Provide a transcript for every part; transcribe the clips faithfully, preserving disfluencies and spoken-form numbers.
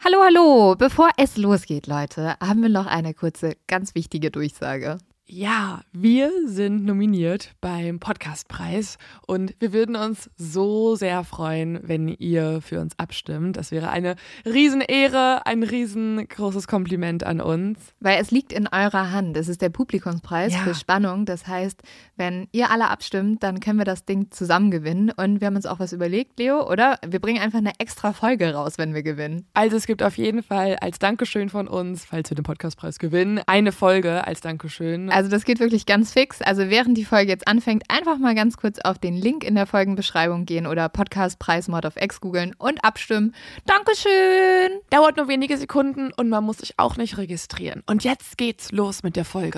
Hallo, hallo! Bevor es losgeht, Leute, haben wir noch eine kurze, ganz wichtige Durchsage. Ja, wir sind nominiert beim Podcastpreis und wir würden uns so sehr freuen, wenn ihr für uns abstimmt. Das wäre eine Riesenehre, ein riesengroßes Kompliment an uns. Weil es liegt in eurer Hand. Es ist der Publikumspreis Ja. für Spannung. Das heißt, wenn ihr alle abstimmt, dann können wir das Ding zusammen gewinnen. Und wir haben uns auch was überlegt, Leo, oder? Wir bringen einfach eine extra Folge raus, wenn wir gewinnen. Also es gibt auf jeden Fall als Dankeschön von uns, falls wir den Podcastpreis gewinnen, eine Folge als Dankeschön. Also das geht wirklich ganz fix. Also während die Folge jetzt anfängt, einfach mal ganz kurz auf den Link in der Folgenbeschreibung gehen oder Podcastpreis Mord of X googeln und abstimmen. Dankeschön! Dauert nur wenige Sekunden und man muss sich auch nicht registrieren. Und jetzt geht's los mit der Folge.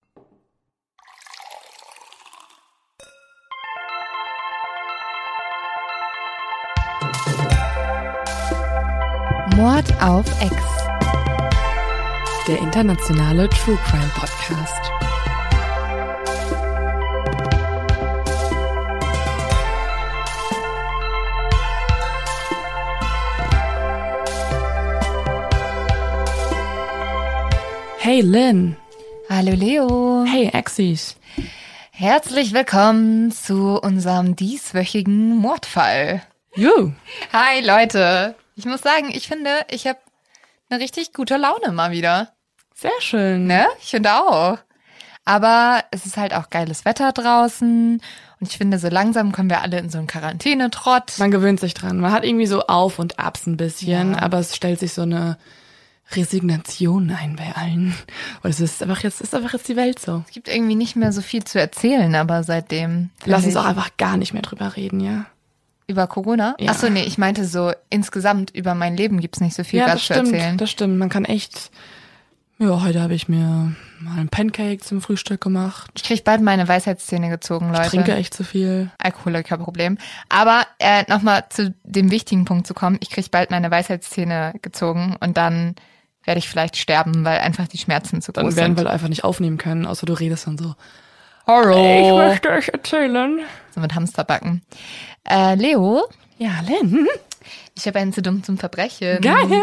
Mord auf X. Der internationale True Crime Podcast. Hey Lynn. Hallo Leo. Hey Exis. Herzlich willkommen zu unserem dieswöchigen Mordfall. Jo. Hi Leute. Ich muss sagen, ich finde, ich habe eine richtig gute Laune mal wieder. Sehr schön. Ne? Ich finde auch. Aber es ist halt auch geiles Wetter draußen. Und ich finde, so langsam kommen wir alle in so einen Quarantänetrott. Man gewöhnt sich dran. Man hat irgendwie so Auf und Abs ein bisschen, Ja. aber es stellt sich so eine Resignation ein bei allen. Und es ist einfach jetzt, ist einfach jetzt die Welt so. Es gibt irgendwie nicht mehr so viel zu erzählen, aber seitdem. Lass finde uns auch ich- einfach gar nicht mehr drüber reden, ja? Über Corona? Ja. Achso, nee, ich meinte so, insgesamt über mein Leben gibt's nicht so viel Ja, gerade das zu stimmt, erzählen. das stimmt. Man kann echt, ja, heute habe ich mir mal ein Pancake zum Frühstück gemacht. Ich krieg bald meine Weisheitszähne gezogen, Leute. Ich trinke echt zu viel. Alkoholikerproblem. Aber äh, nochmal zu dem wichtigen Punkt zu kommen, ich krieg bald meine Weisheitszähne gezogen und dann werde ich vielleicht sterben, weil einfach die Schmerzen zu Dann groß werden sind. wir einfach nicht aufnehmen können, außer du redest dann so. Horror. möchte euch erzählen. So mit Hamsterbacken. Äh, Leo, Ja, Lynn. ich habe einen zu dumm zum Verbrechen. Geil.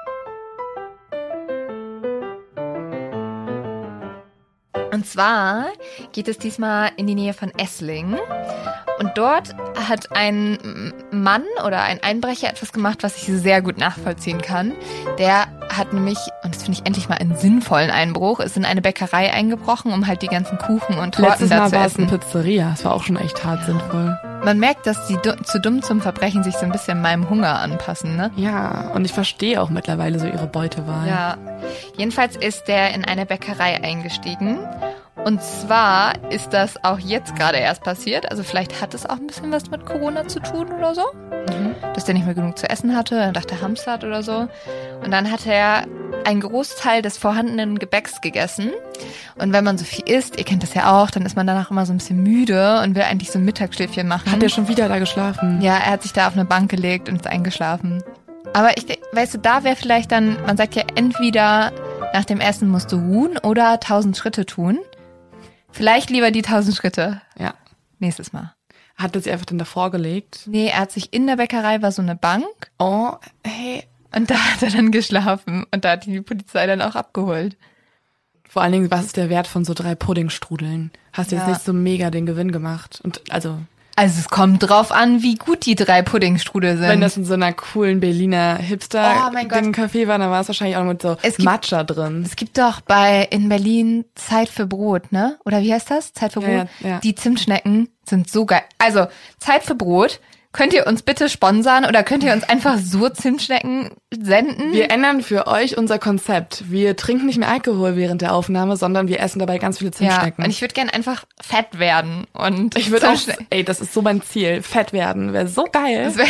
Und zwar geht es diesmal in die Nähe von Esslingen. Und dort hat ein Mann oder ein Einbrecher etwas gemacht, was ich sehr gut nachvollziehen kann. Der hat nämlich, und das finde ich endlich mal einen sinnvollen Einbruch, ist in eine Bäckerei eingebrochen, um halt die ganzen Kuchen und Torten Letztes da Mal zu war es eine essen. Pizzeria. Das war auch schon echt hart sinnvoll. Man merkt, dass die du- zu dumm zum Verbrechen sich so ein bisschen meinem Hunger anpassen, ne? Ja, und ich verstehe auch mittlerweile so ihre Beutewahl. Ja. Jedenfalls ist der in eine Bäckerei eingestiegen. Und zwar ist das auch jetzt gerade erst passiert. Also vielleicht hat es auch ein bisschen was mit Corona zu tun oder so. Mhm. Dass der nicht mehr genug zu essen hatte, dann dachte er Hamster hat oder so. Und dann hat er einen Großteil des vorhandenen Gebäcks gegessen. Und wenn man so viel isst, ihr kennt das ja auch, dann ist man danach immer so ein bisschen müde und will eigentlich so ein Mittagsschläfchen machen. Hat der schon wieder da geschlafen? Ja, er hat sich da auf eine Bank gelegt und ist eingeschlafen. Aber ich, de- weißt du, da wäre vielleicht dann, man sagt ja entweder nach dem Essen musst du ruhen oder tausend Schritte tun. Vielleicht lieber die tausend Schritte. Ja. Nächstes Mal. Hat er sie einfach dann davor gelegt? Nee, er hat sich in der Bäckerei, war so eine Bank Oh, hey. und da hat er dann geschlafen und da hat ihn die Polizei dann auch abgeholt. Vor allen Dingen, was ist der Wert von so drei Puddingstrudeln? Hast du jetzt Ja. nicht so mega den Gewinn gemacht? Und also, Also es kommt drauf an, wie gut die drei Puddingstrudel sind. wenn das in so einer coolen Berliner Oh mein Gott. Hipster-Café war, dann war es wahrscheinlich auch mit so Es gibt- Matcha drin. Es gibt doch bei in Berlin Zeit für Brot, ne? Oder wie heißt das? Zeit für Brot? Ja, ja, ja. Die Zimtschnecken sind so geil. Also, Zeit für Brot. Könnt ihr uns bitte sponsern oder könnt ihr uns einfach so Zimtschnecken senden? Wir ändern für euch unser Konzept. Wir trinken nicht mehr Alkohol während der Aufnahme, sondern wir essen dabei ganz viele ja, Zimtschnecken. und ich würde gern einfach fett werden und Ich würde auch, Zimtschnecken- ey, das ist so mein Ziel. Fett werden, wäre so geil. Das wär-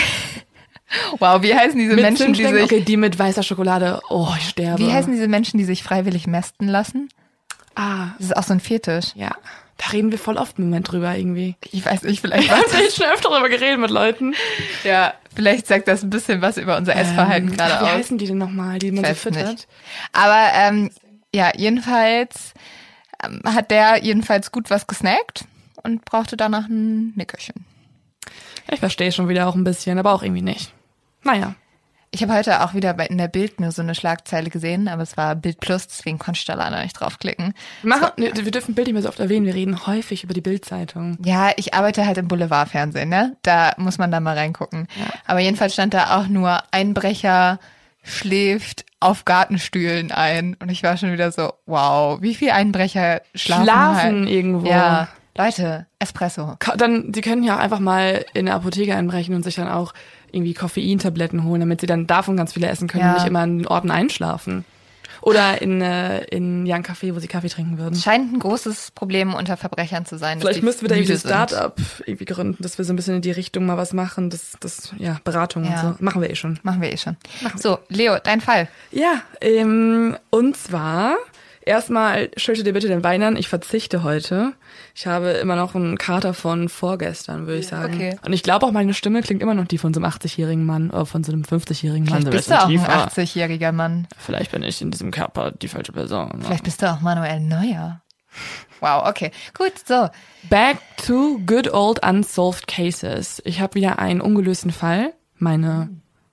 Wow, wie heißen diese Mit Menschen, die Zimtschnecken, sich okay, die mit weißer Schokolade. Oh, ich sterbe. Wie heißen diese Menschen, die sich freiwillig mästen lassen? Ah, Das ist auch so ein Fetisch. ja. Da reden wir voll oft im Moment drüber irgendwie. Ich weiß nicht, vielleicht Ich war habe jetzt schon öfter darüber geredet mit Leuten. ja, vielleicht sagt das ein bisschen was über unser Essverhalten Ähm, gerade Wie aus. heißen die denn nochmal, die man so Weiß füttert? nicht. Aber ähm, ja, jedenfalls ähm, hat der jedenfalls gut was gesnackt und brauchte danach ein Nickerchen. Ich verstehe schon wieder auch ein bisschen, aber auch irgendwie nicht. Naja. Ich habe heute auch wieder bei, in der Bild nur so eine Schlagzeile gesehen, aber es war Bild Plus, deswegen konnte ich da leider nicht draufklicken. Machen, so, wir dürfen Bild nicht mehr so oft erwähnen, wir reden häufig über die Bild-Zeitung. Ja, ich arbeite halt im Boulevardfernsehen, ne? Da muss man da mal reingucken. Ja. Aber jedenfalls stand da auch nur Einbrecher schläft auf Gartenstühlen ein. Und ich war schon wieder so, wow, wie viele Einbrecher schlafen, schlafen halt. irgendwo. Ja, Leute, Espresso. Dann, sie können ja auch einfach mal in eine Apotheke einbrechen und sich dann auch irgendwie Koffeintabletten holen, damit sie dann davon ganz viele essen können ja. und nicht immer an den Orten einschlafen. Oder in, äh, in ja, ein Café, wo sie Kaffee trinken würden. Scheint ein großes Problem unter Verbrechern zu sein. Vielleicht müssten wir da irgendwie ein Start-up irgendwie gründen, dass wir so ein bisschen in die Richtung mal was machen. Das, das ja, Beratung ja. und so. Machen wir eh schon. Machen wir eh schon. Machen so, Leo, dein Fall. Ja, ähm, und zwar erstmal schütte dir bitte den Wein an. Ich verzichte heute. Ich habe immer noch einen Kater von vorgestern, würde ich sagen. Okay. Und ich glaube auch, meine Stimme klingt immer noch die von so einem achtzigjährigen Mann oder von so einem fünfzigjährigen Mann. Vielleicht bist du auch ein achtzigjähriger Mann. Vielleicht bin ich in diesem Körper die falsche Person. Ne? Vielleicht bist du auch Manuel Neuer. Wow, okay. Gut, so. Back to good old unsolved cases. Ich habe wieder einen ungelösten Fall. Meine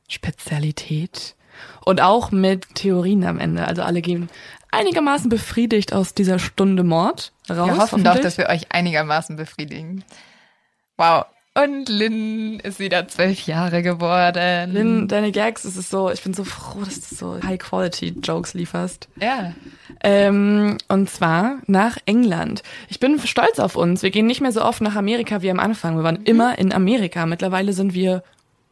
Spezialität. Und auch mit Theorien am Ende. Also alle gehen einigermaßen befriedigt aus dieser Stunde Mord raus. Wir hoffen doch, dass wir euch einigermaßen befriedigen. Wow. Und Lynn ist wieder zwölf Jahre geworden. Lynn, deine Gags, es ist so, ich bin so froh, dass du so High-Quality-Jokes lieferst. Ja. Ähm, und zwar nach England. Ich bin stolz auf uns. Wir gehen nicht mehr so oft nach Amerika wie am Anfang. Wir waren mhm. immer in Amerika. Mittlerweile sind wir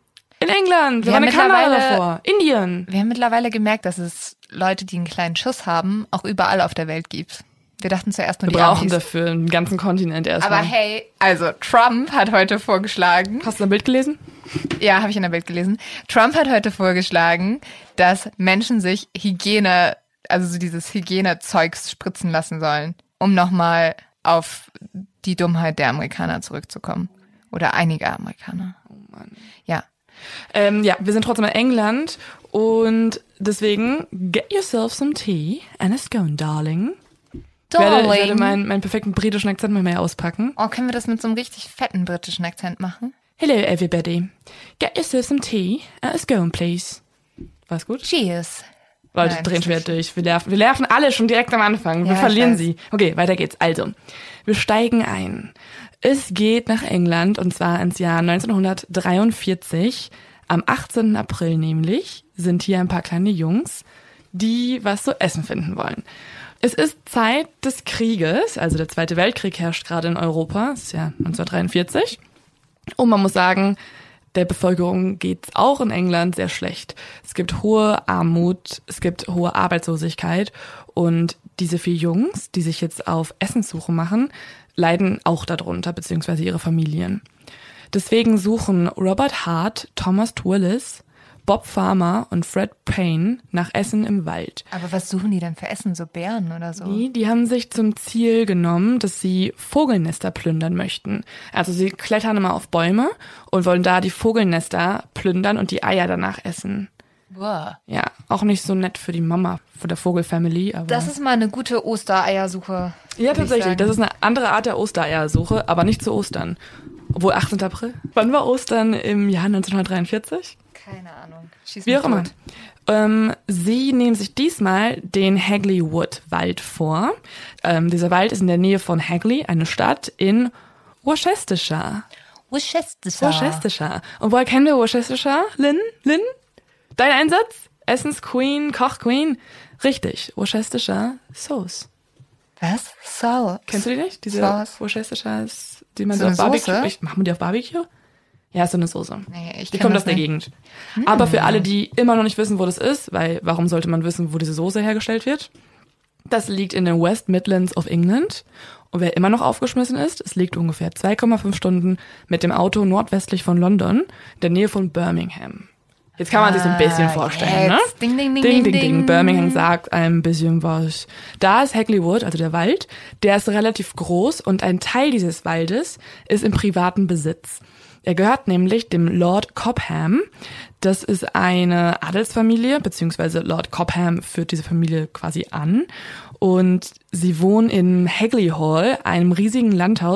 in England. Wir, wir waren in Kanada davor. Indien. Wir haben mittlerweile gemerkt, dass es Leute, die einen kleinen Schuss haben, auch überall auf der Welt gibt. Wir dachten zuerst nur, wir die brauchen Amis. dafür einen ganzen Kontinent erstmal. Aber hey, also Trump hat heute vorgeschlagen. Hast du ein Bild gelesen? Ja, habe ich in der Bild gelesen. Trump hat heute vorgeschlagen, dass Menschen sich Hygiene, also so dieses Hygienezeugs spritzen lassen sollen, um nochmal auf die Dummheit der Amerikaner zurückzukommen. Oder einiger Amerikaner. Oh Mann. Ja. Ähm, ja, wir sind trotzdem in England und deswegen get yourself some tea and a scone, darling. Ich werde, ich werde meinen, meinen perfekten britischen Akzent mal mehr auspacken. Oh, können wir das mit so einem richtig fetten britischen Akzent machen? Hello everybody. Get yourself some tea and a scone, please. War's gut? Cheers. Leute, Nein, drehen schwer durch. Wir nerven, wir nerven alle schon direkt am Anfang. Wir ja, verlieren sie. Okay, weiter geht's. Also, wir steigen ein. Es geht nach England und zwar ins Jahr neunzehnhundertdreiundvierzig. Am achtzehnten April nämlich sind hier ein paar kleine Jungs, die was zu essen finden wollen. Es ist Zeit des Krieges, also der Zweite Weltkrieg herrscht gerade in Europa, das ist ja neunzehnhundertdreiundvierzig. Und man muss sagen, der Bevölkerung geht's auch in England sehr schlecht. Es gibt hohe Armut, es gibt hohe Arbeitslosigkeit und diese vier Jungs, die sich jetzt auf Essenssuche machen, leiden auch darunter, beziehungsweise ihre Familien. Deswegen suchen Robert Hart, Thomas Twillis, Bob Farmer und Fred Payne nach Essen im Wald. Aber was suchen die denn für Essen? So Bären oder so? Die, die haben sich zum Ziel genommen, dass sie Vogelnester plündern möchten. Also sie klettern immer auf Bäume und wollen da die Vogelnester plündern und die Eier danach essen. Wow. Ja, auch nicht so nett für die Mama, für der Vogelfamily. Aber das ist mal eine gute Ostereiersuche. Ja, tatsächlich. Das ist eine andere Art der Ostereiersuche, aber nicht zu Ostern. Obwohl, achtzehnten April. Wann war Ostern im Jahr neunzehnhundertdreiundvierzig? Keine Ahnung. Schieß Wie auch immer. tot. Ähm, sie nehmen sich diesmal den Hagley Wood Wald vor. Ähm, dieser Wald ist in der Nähe von Hagley, eine Stadt in Worcestershire. Worcestershire. Worcestershire. Und woher kennen wir Worcestershire? Lynn? Lynn? Dein Einsatz? Essensqueen, Kochqueen? Richtig, Worcestershire Sauce. Was? Sauce? Kennst du die nicht? Diese Sauce? Worcestershire, die man so, so auf Barbecue... Soße? Ich, machen wir die auf Barbecue? Ja, ist so eine Soße. Nee, ich die kommt das aus der nicht. Gegend. Hm. Aber für alle, die immer noch nicht wissen, wo das ist, weil warum sollte man wissen, wo diese Soße hergestellt wird? Das liegt in den West Midlands of England. Und wer immer noch aufgeschmissen ist, es liegt ungefähr zwei Komma fünf Stunden mit dem Auto nordwestlich von London, in der Nähe von Birmingham. Jetzt kann man sich so ein bisschen Ah, vorstellen, ne? jetzt. Ding, ding, ding, ding, ding, ding, ding. Birmingham sagt ein bisschen was. Da ist Hagley Wood, also der Wald, der ist relativ groß und ein Teil dieses Waldes ist im privaten Besitz. Er gehört nämlich dem Lord Cobham. Das ist eine Adelsfamilie, beziehungsweise Lord Cobham führt diese Familie quasi an. Und sie wohnen in Hagley Hall, einem riesigen Landhaus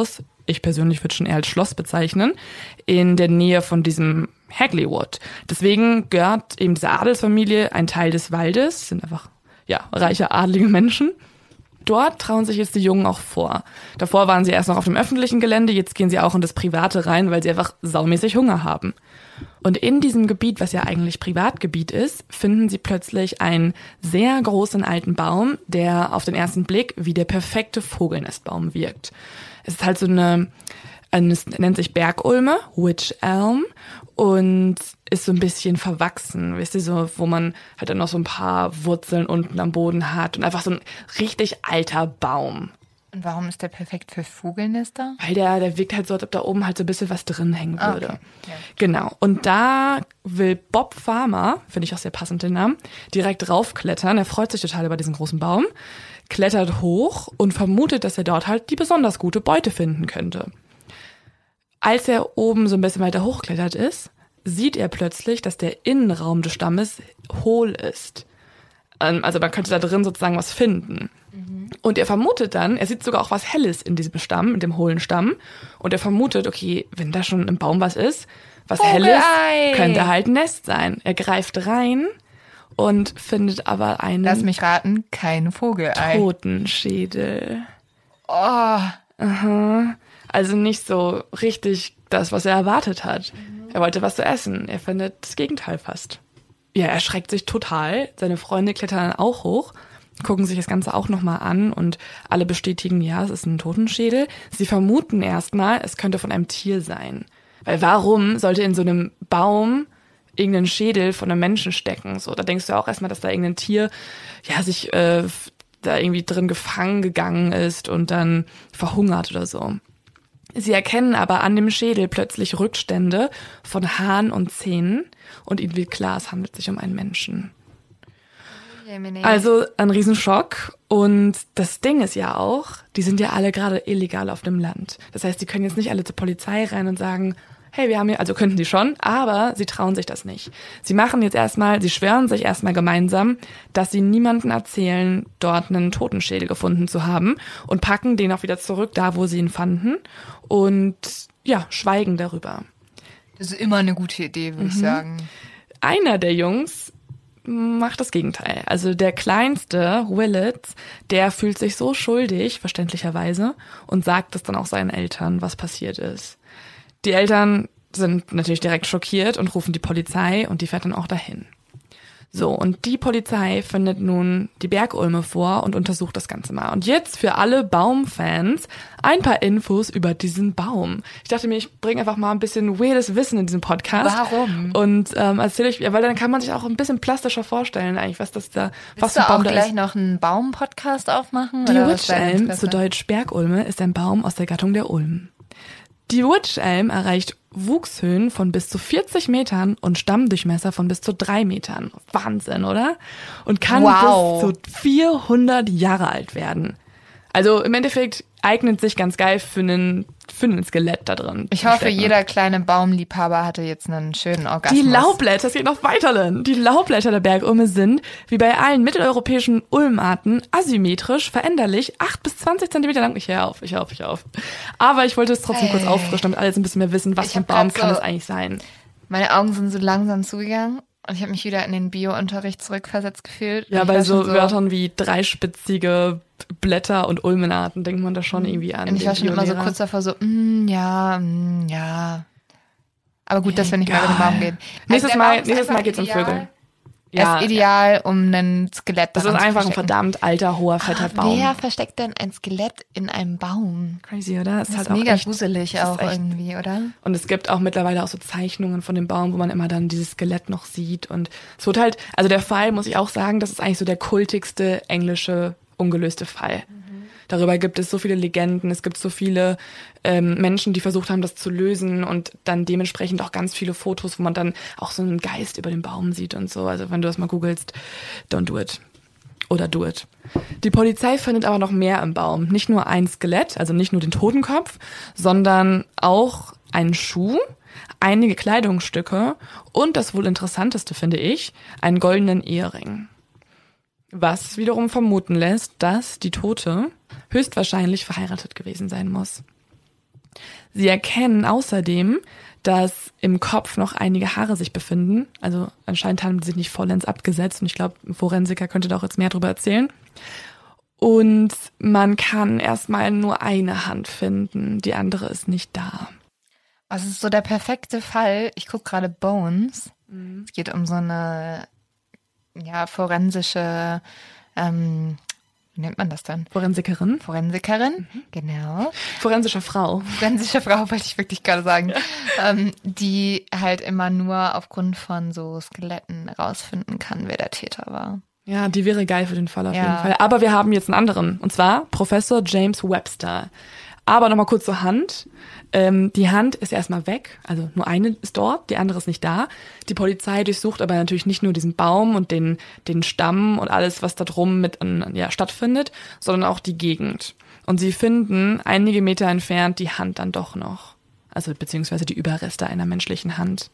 ich persönlich würde schon eher als Schloss bezeichnen, in der Nähe von diesem Hagley Wood. Deswegen gehört eben dieser Adelsfamilie ein Teil des Waldes, sind einfach ja reiche, adlige Menschen. Dort trauen sich jetzt die Jungen auch vor. Davor waren sie erst noch auf dem öffentlichen Gelände, jetzt gehen sie auch in das Private rein, weil sie einfach saumäßig Hunger haben. Und in diesem Gebiet, was ja eigentlich Privatgebiet ist, finden sie plötzlich einen sehr großen alten Baum, der auf den ersten Blick wie der perfekte Vogelnestbaum wirkt. Es ist halt so eine, es nennt sich Bergulme, Wych Elm, und ist so ein bisschen verwachsen, weißt du, so, wo man halt dann noch so ein paar Wurzeln unten am Boden hat und einfach so ein richtig alter Baum. Und warum ist der perfekt für Vogelnester? Weil der, der wirkt halt so, als ob da oben halt so ein bisschen was drin hängen würde. Okay. Ja. Genau. Und da will Bob Farmer, finde ich auch sehr passend den Namen, direkt raufklettern. Er freut sich total über diesen großen Baum, klettert hoch und vermutet, dass er dort halt die besonders gute Beute finden könnte. Als er oben so ein bisschen weiter hochklettert ist, sieht er plötzlich, dass der Innenraum des Stammes hohl ist. Also man könnte da drin sozusagen was finden. Mhm. Und er vermutet dann, er sieht sogar auch was Helles in diesem Stamm, in dem hohlen Stamm. Und er vermutet, okay, wenn da schon im Baum was ist, was Vogelei. Helles, könnte halt ein Nest sein. Er greift rein und findet aber einen Lass mich raten, kein Vogelei. Totenschädel. Oh. Aha. Also nicht so richtig das, was er erwartet hat. Mhm. Er wollte was zu essen. Er findet das Gegenteil fast. Ja, er schreckt sich total. Seine Freunde klettern dann auch hoch, gucken sich das Ganze auch nochmal an und alle bestätigen, ja, es ist ein Totenschädel. Sie vermuten erstmal, es könnte von einem Tier sein. Weil warum sollte in so einem Baum irgendein Schädel von einem Menschen stecken? So, da denkst du auch erstmal, dass da irgendein Tier, ja, sich äh, da irgendwie drin gefangen gegangen ist und dann verhungert oder so. Sie erkennen aber an dem Schädel plötzlich Rückstände von Haaren und Zähnen und ihnen wird klar, es handelt sich um einen Menschen. Also ein Riesenschock. Und das Ding ist ja auch, die sind ja alle gerade illegal auf dem Land. Das heißt, die können jetzt nicht alle zur Polizei rein und sagen, hey, wir haben hier, also könnten die schon, aber sie trauen sich das nicht. Sie machen jetzt erstmal, sie schwören sich erstmal gemeinsam, dass sie niemandem erzählen, dort einen Totenschädel gefunden zu haben und packen den auch wieder zurück, da wo sie ihn fanden und ja, schweigen darüber. Das ist immer eine gute Idee, würde mhm. ich sagen. Einer der Jungs macht das Gegenteil. Also der Kleinste, Willits, der fühlt sich so schuldig, verständlicherweise, und sagt es dann auch seinen Eltern, was passiert ist. Die Eltern sind natürlich direkt schockiert und rufen die Polizei und die fährt dann auch dahin. So, und die Polizei findet nun die Bergulme vor und untersucht das Ganze mal. Und jetzt für alle Baumfans ein paar Infos über diesen Baum. Ich dachte mir, ich bringe einfach mal ein bisschen weirdes Wissen in diesen Podcast. Warum? Und ähm, erzähle ich, weil dann kann man sich auch ein bisschen plastischer vorstellen, eigentlich, was das da, was für ein Baum da ist. Willst du auch gleich noch einen Baum-Podcast aufmachen? Die Wych Elm, zu Deutsch Bergulme, ist ein Baum aus der Gattung der Ulmen. Die Wych Elm erreicht Wuchshöhen von bis zu vierzig Metern und Stammdurchmesser von bis zu drei Metern. Wahnsinn, oder? Und kann wow. bis zu vierhundert Jahre alt werden. Also im Endeffekt eignet sich ganz geil für einen, für einen Skelett da drin. Ich hoffe, jeder kleine Baumliebhaber hatte jetzt einen schönen Orgasmus. Die Laubblätter, es geht noch weiter, Lynn. Die Laubblätter der Bergulme sind, wie bei allen mitteleuropäischen Ulmarten, asymmetrisch, veränderlich, acht bis zwanzig Zentimeter lang. Ich hör auf, ich hör auf, ich hör auf. Aber ich wollte es trotzdem hey. kurz auffrischen, damit alle jetzt ein bisschen mehr wissen, was für ein Baum kann es so, eigentlich sein. Meine Augen sind so langsam zugegangen. Und ich habe mich wieder in den Bio-Unterricht zurückversetzt gefühlt. Ja, bei so, so Wörtern wie dreispitzige Blätter und Ulmenarten denkt man da schon irgendwie an. Und ich war schon immer so kurz davor so, mm, ja, mm, ja. Aber gut, dass wir nicht mehr über den Baum gehen. Nächstes also Mal, nächstes Mal geht's um Vögel. Ja, ist ideal, um ein Skelett Das ist einfach ein verdammt alter, hoher, fetter Ach, Baum. Wer versteckt denn ein Skelett in einem Baum? Crazy, oder? Das ist, halt ist mega auch echt, gruselig auch irgendwie, oder? Und es gibt auch mittlerweile auch so Zeichnungen von dem Baum, wo man immer dann dieses Skelett noch sieht. Und es wird halt, also der Fall, muss ich auch sagen, das ist eigentlich so der kultigste englische ungelöste Fall. Mhm. Darüber gibt es so viele Legenden, es gibt so viele ähm, Menschen, die versucht haben, das zu lösen und dann dementsprechend auch ganz viele Fotos, wo man dann auch so einen Geist über den Baum sieht und so. Also wenn du das mal googelst, don't do it. Oder do it. Die Polizei findet aber noch mehr im Baum. Nicht nur ein Skelett, also nicht nur den Totenkopf, sondern auch einen Schuh, einige Kleidungsstücke und das wohl interessanteste, finde ich, einen goldenen Ehering. Was wiederum vermuten lässt, dass die Tote höchstwahrscheinlich verheiratet gewesen sein muss. Sie erkennen außerdem, dass im Kopf noch einige Haare sich befinden. Also anscheinend haben sie sich nicht vollends abgesetzt. Und ich glaube, ein Forensiker könnte da auch jetzt mehr drüber erzählen. Und man kann erstmal nur eine Hand finden. Die andere ist nicht da. Also es ist so der perfekte Fall. Ich gucke gerade Bones. Mhm. Es geht um so eine ja, forensische, ähm, wie nennt man das dann? Forensikerin. Forensikerin, mhm. genau. Forensische Frau. Forensische Frau, wollte ich wirklich gerade sagen. ähm, die halt immer nur aufgrund von so Skeletten rausfinden kann, wer der Täter war. Ja, die wäre geil für den Fall auf ja. jeden Fall. Aber wir haben jetzt einen anderen. Und zwar Professor James Webster. Aber nochmal kurz zur Hand. Ähm, die Hand ist erstmal weg, also nur eine ist dort, die andere ist nicht da. Die Polizei durchsucht aber natürlich nicht nur diesen Baum und den, den Stamm und alles, was da drum mit ja, stattfindet, sondern auch die Gegend. Und sie finden einige Meter entfernt die Hand dann doch noch. Also beziehungsweise die Überreste einer menschlichen Hand.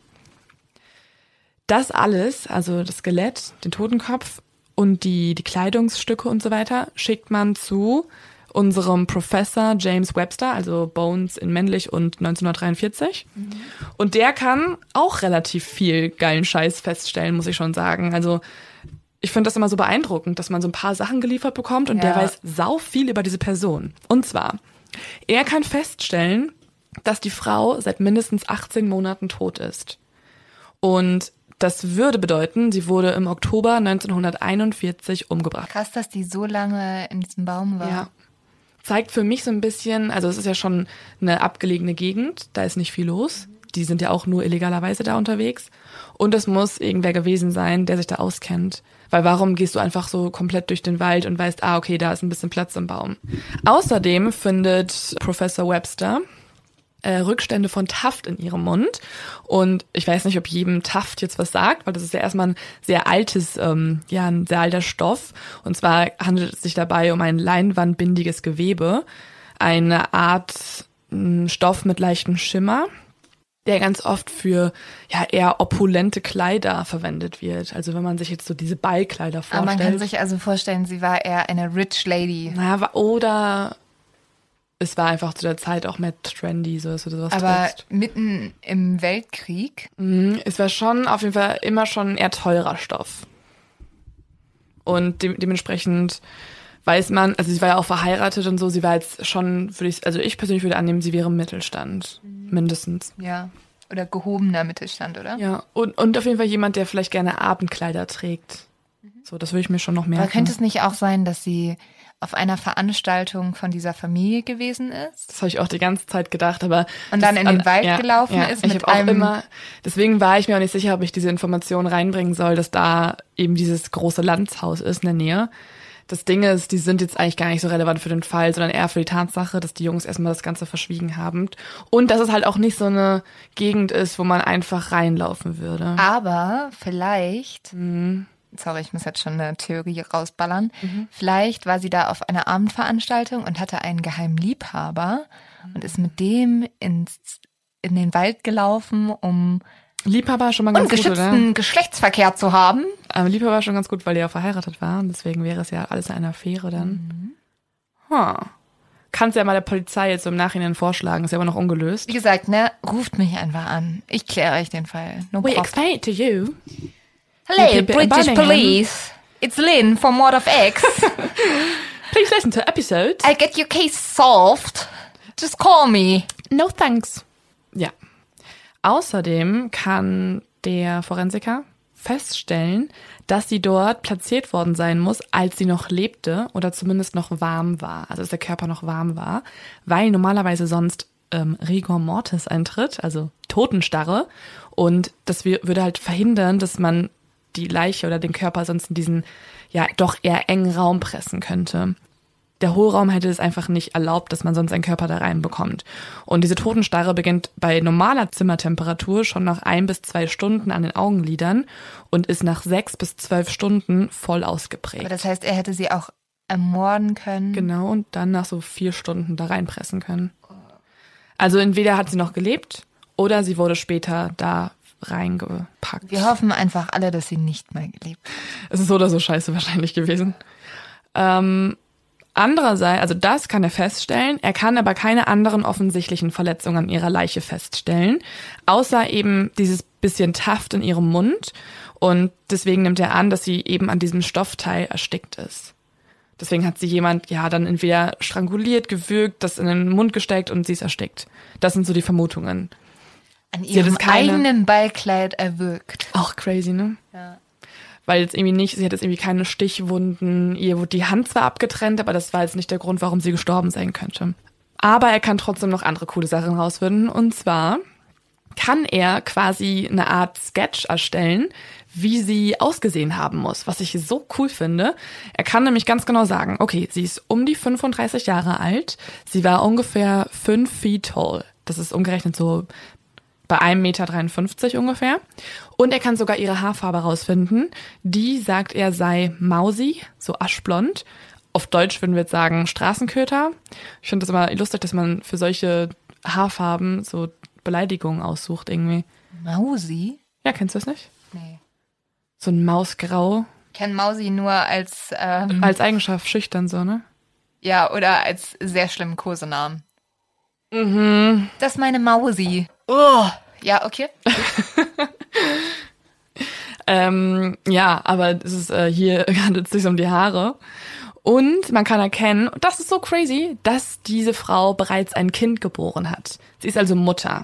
Das alles, also das Skelett, den Totenkopf und die, die Kleidungsstücke und so weiter, schickt man zu unserem Professor James Webster, also Bones in männlich und neunzehnhundertdreiundvierzig. Mhm. Und der kann auch relativ viel geilen Scheiß feststellen, muss ich schon sagen. Also ich finde das immer so beeindruckend, dass man so ein paar Sachen geliefert bekommt und ja. der weiß sau viel über diese Person. Und zwar, er kann feststellen, dass die Frau seit mindestens achtzehn Monaten tot ist. Und das würde bedeuten, sie wurde im Oktober neunzehnhunderteinundvierzig umgebracht. Krass, dass die so lange in diesem Baum war. Ja. Zeigt für mich so ein bisschen, also es ist ja schon eine abgelegene Gegend, da ist nicht viel los. Die sind ja auch nur illegalerweise da unterwegs. Und es muss irgendwer gewesen sein, der sich da auskennt. Weil warum gehst du einfach so komplett durch den Wald und weißt, ah, okay, da ist ein bisschen Platz im Baum. Außerdem findet Professor Webster äh, Rückstände von Taft in ihrem Mund. Und ich weiß nicht, ob jedem Taft jetzt was sagt, weil das ist ja erstmal ein sehr altes, ähm, ja, ein sehr alter Stoff. Und zwar handelt es sich dabei um ein leinwandbindiges Gewebe, eine Art mh, Stoff mit leichtem Schimmer, der ganz oft für ja eher opulente Kleider verwendet wird. Also wenn man sich jetzt so diese Ballkleider vorstellt. Aber man kann sich also vorstellen, sie war eher eine rich lady. Na, oder es war einfach zu der Zeit auch mehr trendy, so dass du sowas Aber trägst. Mitten im Weltkrieg? Mhm, es war schon auf jeden Fall immer schon ein eher teurer Stoff. Und de- dementsprechend weiß man, also sie war ja auch verheiratet und so, sie war jetzt schon, würde ich, also ich persönlich würde annehmen, sie wäre im Mittelstand, mhm. mindestens. Ja, oder gehobener Mittelstand, oder? Ja, und, und auf jeden Fall jemand, der vielleicht gerne Abendkleider trägt. Mhm. So, das würde ich mir schon noch merken. Aber könnte es nicht auch sein, dass sie auf einer Veranstaltung von dieser Familie gewesen ist? Das habe ich auch die ganze Zeit gedacht, aber und dann in den Wald ja, gelaufen ja, ist ich mit hab auch einem immer, deswegen war ich mir auch nicht sicher, ob ich diese Information reinbringen soll, dass da eben dieses große Landshaus ist in der Nähe. Das Ding ist, die sind jetzt eigentlich gar nicht so relevant für den Fall, sondern eher für die Tatsache, dass die Jungs erstmal das Ganze verschwiegen haben. Und dass es halt auch nicht so eine Gegend ist, wo man einfach reinlaufen würde. Aber vielleicht, mhm. sorry, ich muss jetzt schon eine Theorie rausballern, mhm. vielleicht war sie da auf einer Abendveranstaltung und hatte einen geheimen Liebhaber mhm. und ist mit dem ins, in den Wald gelaufen, um Liebhaber schon mal ganz gut, oder? Ungeschützten Geschlechtsverkehr zu haben. Aber Liebhaber war schon ganz gut, weil die ja verheiratet war. Und deswegen wäre es ja alles eine Affäre dann. Mhm. Huh. Kannst ja mal der Polizei jetzt so im Nachhinein vorschlagen. Ist ja aber noch ungelöst. Wie gesagt, ne, ruft mich einfach an. Ich kläre euch den Fall. No We problem. explain it to you. Hello, British Police. It's Lynn from Ward of X. Please listen to episode. I'll get your case solved. Just call me. No thanks. Ja. Außerdem kann der Forensiker feststellen, dass sie dort platziert worden sein muss, als sie noch lebte oder zumindest noch warm war, also dass der Körper noch warm war, weil normalerweise sonst ähm, Rigor Mortis eintritt, also Totenstarre, und das w- würde halt verhindern, dass man die Leiche oder den Körper sonst in diesen ja doch eher engen Raum pressen könnte. Der Hohlraum hätte es einfach nicht erlaubt, dass man sonst einen Körper da reinbekommt. Und diese Totenstarre beginnt bei normaler Zimmertemperatur schon nach ein bis zwei Stunden an den Augenlidern und ist nach sechs bis zwölf Stunden voll ausgeprägt. Aber das heißt, er hätte sie auch ermorden können. Genau, und dann nach so vier Stunden da reinpressen können. Also entweder hat sie noch gelebt oder sie wurde später da reingepackt. Wir hoffen einfach alle, dass sie nicht mehr gelebt hat. Es ist so oder so scheiße wahrscheinlich gewesen. Ähm... Andererseits, also das kann er feststellen, er kann aber keine anderen offensichtlichen Verletzungen an ihrer Leiche feststellen, außer eben dieses bisschen Taft in ihrem Mund. Und deswegen nimmt er an, dass sie eben an diesem Stoffteil erstickt ist. Deswegen hat sie jemand, ja, dann entweder stranguliert, gewürgt, das in den Mund gesteckt und sie ist erstickt. Das sind so die Vermutungen. An ihrem keine, eigenen Ballkleid erwürgt. Auch crazy, ne? Ja. Weil jetzt irgendwie nicht, sie hat jetzt irgendwie keine Stichwunden, ihr wurde die Hand zwar abgetrennt, aber das war jetzt nicht der Grund, warum sie gestorben sein könnte. Aber er kann trotzdem noch andere coole Sachen rausfinden. Und zwar kann er quasi eine Art Sketch erstellen, wie sie ausgesehen haben muss, was ich so cool finde. Er kann nämlich ganz genau sagen, okay, sie ist um die fünfunddreißig Jahre alt, sie war ungefähr fünf feet tall. Das ist umgerechnet so bei einem Meter dreiundfünfzig ungefähr. Und er kann sogar ihre Haarfarbe rausfinden. Die, sagt er, sei Mausi, so aschblond. Auf Deutsch würden wir jetzt sagen Straßenköter. Ich finde das immer lustig, dass man für solche Haarfarben so Beleidigungen aussucht irgendwie. Mausi? Ja, kennst du das nicht? Nee. So ein Mausgrau. Ich kenne Mausi nur als... Ähm, als Eigenschaft schüchtern so, ne? Ja, oder als sehr schlimmen Kosenamen. Mhm. Das ist meine Mausi. Oh. Ja, okay. ähm, ja, aber es ist äh, hier handelt es sich um die Haare. Und man kann erkennen, und das ist so crazy, dass diese Frau bereits ein Kind geboren hat. Sie ist also Mutter.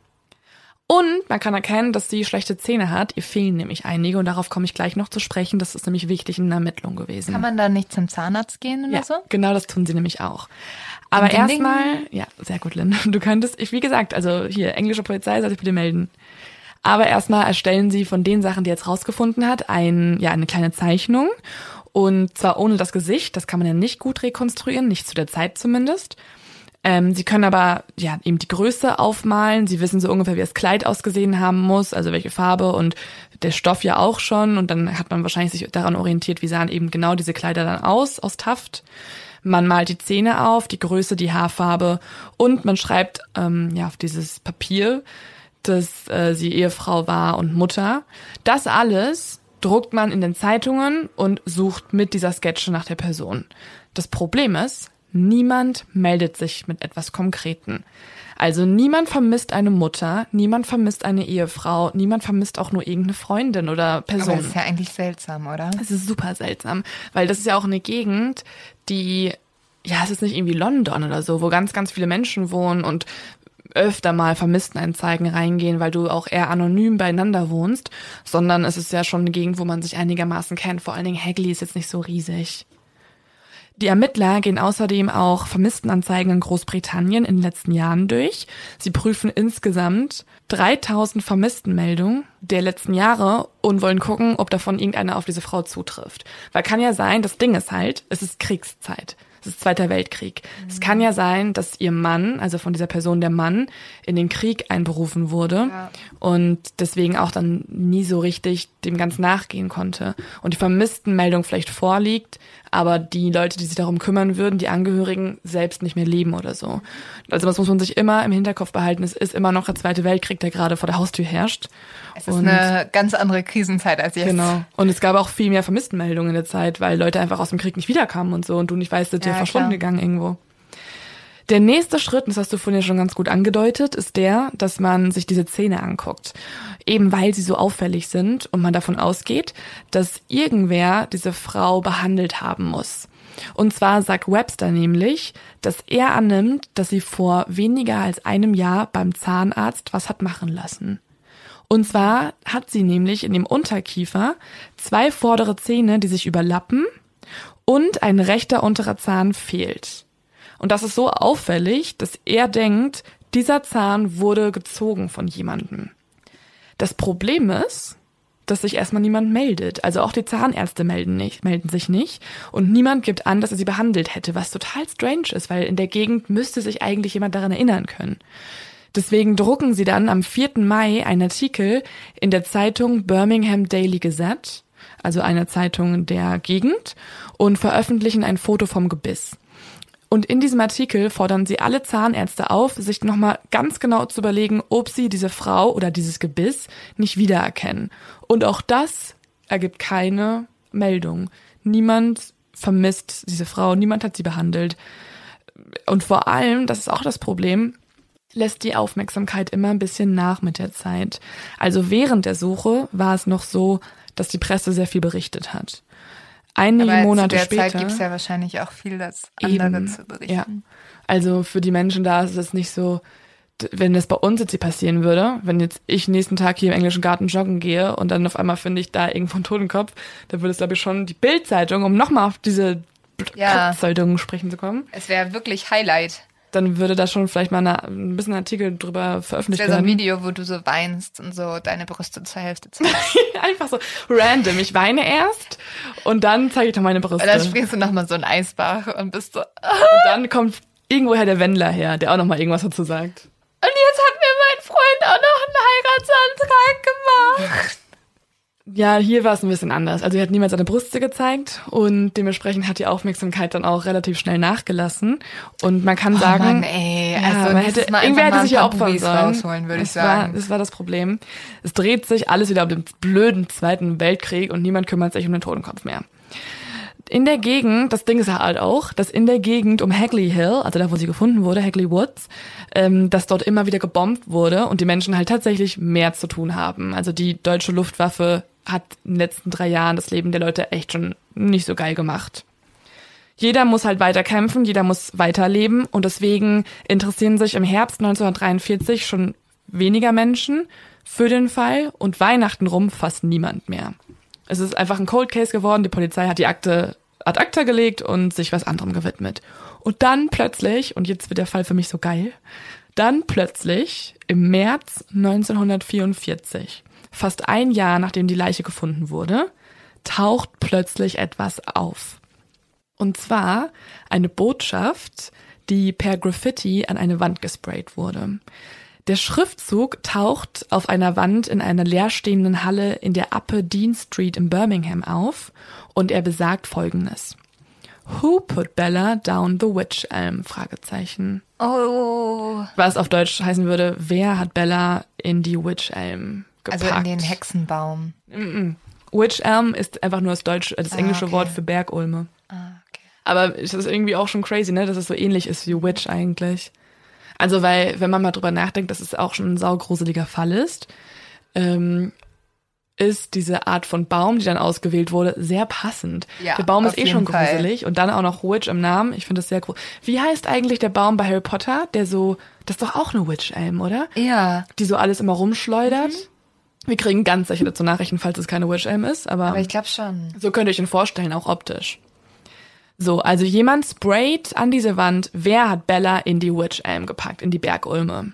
Und man kann erkennen, dass sie schlechte Zähne hat. Ihr fehlen nämlich einige und darauf komme ich gleich noch zu sprechen. Das ist nämlich wichtig in der Ermittlung gewesen. Kann man da nicht zum Zahnarzt gehen oder ja, so? Genau, das tun sie nämlich auch. Aber erstmal, ja, sehr gut, Lynn. Du könntest, ich, wie gesagt, also hier, englische Polizei, soll ich bitte melden. Aber erstmal erstellen sie von den Sachen, die er jetzt rausgefunden hat, ein, ja, eine kleine Zeichnung. Und zwar ohne das Gesicht, das kann man ja nicht gut rekonstruieren, nicht zu der Zeit zumindest. Ähm, sie können aber ja eben die Größe aufmalen. Sie wissen so ungefähr, wie das Kleid ausgesehen haben muss, also welche Farbe und der Stoff ja auch schon. Und dann hat man wahrscheinlich sich daran orientiert, wie sahen eben genau diese Kleider dann aus, aus Taft. Man malt die Zähne auf, die Größe, die Haarfarbe und man schreibt ähm, ja auf dieses Papier, dass äh, sie Ehefrau war und Mutter. Das alles druckt man in den Zeitungen und sucht mit dieser Sketche nach der Person. Das Problem ist, niemand meldet sich mit etwas Konkreten. Also niemand vermisst eine Mutter, niemand vermisst eine Ehefrau, niemand vermisst auch nur irgendeine Freundin oder Person. Aber das ist ja eigentlich seltsam, oder? Es ist super seltsam, weil das ist ja auch eine Gegend, die, ja, es ist nicht irgendwie London oder so, wo ganz, ganz viele Menschen wohnen und öfter mal Vermisstenanzeigen reingehen, weil du auch eher anonym beieinander wohnst, sondern es ist ja schon eine Gegend, wo man sich einigermaßen kennt. Vor allen Dingen Hagley ist jetzt nicht so riesig. Die Ermittler gehen außerdem auch Vermisstenanzeigen in Großbritannien in den letzten Jahren durch. Sie prüfen insgesamt dreitausend Vermisstenmeldungen der letzten Jahre und wollen gucken, ob davon irgendeine auf diese Frau zutrifft. Weil kann ja sein, das Ding ist halt, es ist Kriegszeit. Es ist Zweiter Weltkrieg. Mhm. Es kann ja sein, dass ihr Mann, also von dieser Person der Mann, in den Krieg einberufen wurde ja. und deswegen auch dann nie so richtig dem Ganzen nachgehen konnte. Und die Vermisstenmeldung vielleicht vorliegt, aber die Leute, die sich darum kümmern würden, die Angehörigen, selbst nicht mehr leben oder so. Also das muss man sich immer im Hinterkopf behalten. Es ist immer noch der Zweite Weltkrieg, der gerade vor der Haustür herrscht. Es ist und eine ganz andere Krisenzeit als jetzt. Genau. Und es gab auch viel mehr Vermisstenmeldungen in der Zeit, weil Leute einfach aus dem Krieg nicht wiederkamen und so und du nicht weißt, dass die ja, verschwunden gegangen irgendwo. Der nächste Schritt, das hast du vorhin ja schon ganz gut angedeutet, ist der, dass man sich diese Zähne anguckt. Eben weil sie so auffällig sind und man davon ausgeht, dass irgendwer diese Frau behandelt haben muss. Und zwar sagt Webster nämlich, dass er annimmt, dass sie vor weniger als einem Jahr beim Zahnarzt was hat machen lassen. Und zwar hat sie nämlich in dem Unterkiefer zwei vordere Zähne, die sich überlappen und ein rechter unterer Zahn fehlt. Und das ist so auffällig, dass er denkt, dieser Zahn wurde gezogen von jemandem. Das Problem ist, dass sich erstmal niemand meldet. Also auch die Zahnärzte melden, nicht, melden sich nicht. Und niemand gibt an, dass er sie behandelt hätte, was total strange ist, weil in der Gegend müsste sich eigentlich jemand daran erinnern können. Deswegen drucken sie dann am vierten Mai einen Artikel in der Zeitung Birmingham Daily Gazette, also einer Zeitung der Gegend, und veröffentlichen ein Foto vom Gebiss. Und in diesem Artikel fordern sie alle Zahnärzte auf, sich nochmal ganz genau zu überlegen, ob sie diese Frau oder dieses Gebiss nicht wiedererkennen. Und auch das ergibt keine Meldung. Niemand vermisst, diese Frau. Niemand hat sie behandelt. Und vor allem, das ist auch das Problem, lässt die Aufmerksamkeit immer ein bisschen nach mit der Zeit. Also während der Suche war es noch so, dass die Presse sehr viel berichtet hat. Einige Aber Monate zu der später. Zeit gibt es ja wahrscheinlich auch viel, das andere eben, zu berichten. Ja. Also für die Menschen da ist es nicht so, wenn das bei uns jetzt hier passieren würde, wenn jetzt ich nächsten Tag hier im englischen Garten joggen gehe und dann auf einmal finde ich da irgendwo einen Totenkopf, dann würde es, glaube ich, schon die Bild-Zeitung, um nochmal auf diese ja. Kopfzeitungen sprechen zu kommen. Es wäre wirklich Highlight. Dann würde da schon vielleicht mal eine, ein bisschen Artikel drüber veröffentlicht werden. Das wäre so ein werden. Video, wo du so weinst und so deine Brüste zur Hälfte zeigst. Einfach so random. Ich weine erst und dann zeige ich dann meine Brüste. Und dann springst du nochmal so in Eisbach und bist so... Und dann kommt irgendwoher der Wendler her, der auch nochmal irgendwas dazu sagt. Und jetzt hat mir mein Freund auch noch einen Heiratsantrag gemacht. Ja, hier war es ein bisschen anders. Also er hat niemals seine Brüste gezeigt und dementsprechend hat die Aufmerksamkeit dann auch relativ schnell nachgelassen. Und man kann oh sagen, Mann, ey. Ja, also man hätte, mal irgendwer hätte sich ja opfern Bubis sollen. Rausholen, würde ich das sagen. War, das war das Problem. Es dreht sich alles wieder um den blöden Zweiten Weltkrieg und niemand kümmert sich um den Totenkopf mehr. In der Gegend, das Ding ist halt auch, dass in der Gegend um Hagley Hill, also da, wo sie gefunden wurde, Hagley Woods, ähm, dass dort immer wieder gebombt wurde und die Menschen halt tatsächlich mehr zu tun haben. Also die deutsche Luftwaffe hat in den letzten drei Jahren das Leben der Leute echt schon nicht so geil gemacht. Jeder muss halt weiter kämpfen, jeder muss weiterleben und deswegen interessieren sich im Herbst neunzehnhundertdreiundvierzig schon weniger Menschen für den Fall und Weihnachten rum fast niemand mehr. Es ist einfach ein Cold Case geworden, die Polizei hat die Akte ad acta gelegt und sich was anderem gewidmet. Und dann plötzlich, und jetzt wird der Fall für mich so geil, dann plötzlich im März neunzehnhundertvierundvierzig, fast ein Jahr nachdem die Leiche gefunden wurde, taucht plötzlich etwas auf. Und zwar eine Botschaft, die per Graffiti an eine Wand gesprayt wurde. Der Schriftzug taucht auf einer Wand in einer leerstehenden Halle in der Upper Dean Street in Birmingham auf und er besagt Folgendes. Who put Bella down the witch elm? Fragezeichen. Oh. Was auf Deutsch heißen würde, wer hat Bella in die Witch Elm gepackt? Also in den Hexenbaum. Mm-mm. Witch Elm ist einfach nur das deutsche, das englische ah, okay. Wort für Bergulme. Ah, okay. Aber es ist irgendwie auch schon crazy, ne, dass es so ähnlich ist wie Witch eigentlich. Also weil, wenn man mal drüber nachdenkt, dass es auch schon ein saugruseliger Fall ist, ähm, ist diese Art von Baum, die dann ausgewählt wurde, sehr passend. Ja, der Baum ist eh schon Fall. gruselig und dann auch noch Witch im Namen. Ich finde das sehr gruselig. Wie heißt eigentlich der Baum bei Harry Potter, der so, das ist doch auch eine Witch Elm, oder? Ja. Die so alles immer rumschleudert. Mhm. Wir kriegen ganz sicher dazu Nachrichten, falls es keine Witch Elm ist, aber, aber ich glaube schon. So könnt ihr euch ihn vorstellen, auch optisch. So, also jemand sprayt an diese Wand, wer hat Bella in die Witch Elm gepackt, in die Bergulme.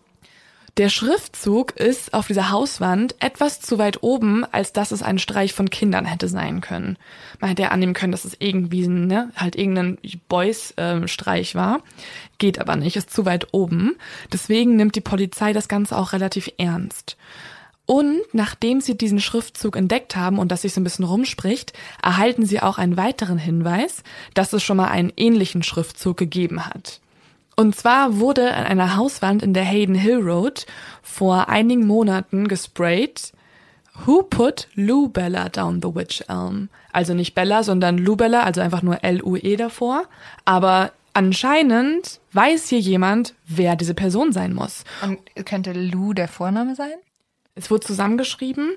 Der Schriftzug ist auf dieser Hauswand etwas zu weit oben, als dass es ein Streich von Kindern hätte sein können. Man hätte ja annehmen können, dass es irgendwie ne, halt irgendein Boys-Streich war. Geht aber nicht, ist zu weit oben. Deswegen nimmt die Polizei das Ganze auch relativ ernst. Und nachdem sie diesen Schriftzug entdeckt haben und das sich so ein bisschen rumspricht, erhalten sie auch einen weiteren Hinweis, dass es schon mal einen ähnlichen Schriftzug gegeben hat. Und zwar wurde an einer Hauswand in der Hayden Hill Road vor einigen Monaten gesprayt, Who put Lou Bella down the witch elm? Also nicht Bella, sondern Lou Bella, also einfach nur L U E davor. Aber anscheinend weiß hier jemand, wer diese Person sein muss. Und könnte Lou der Vorname sein? Es wurde zusammengeschrieben,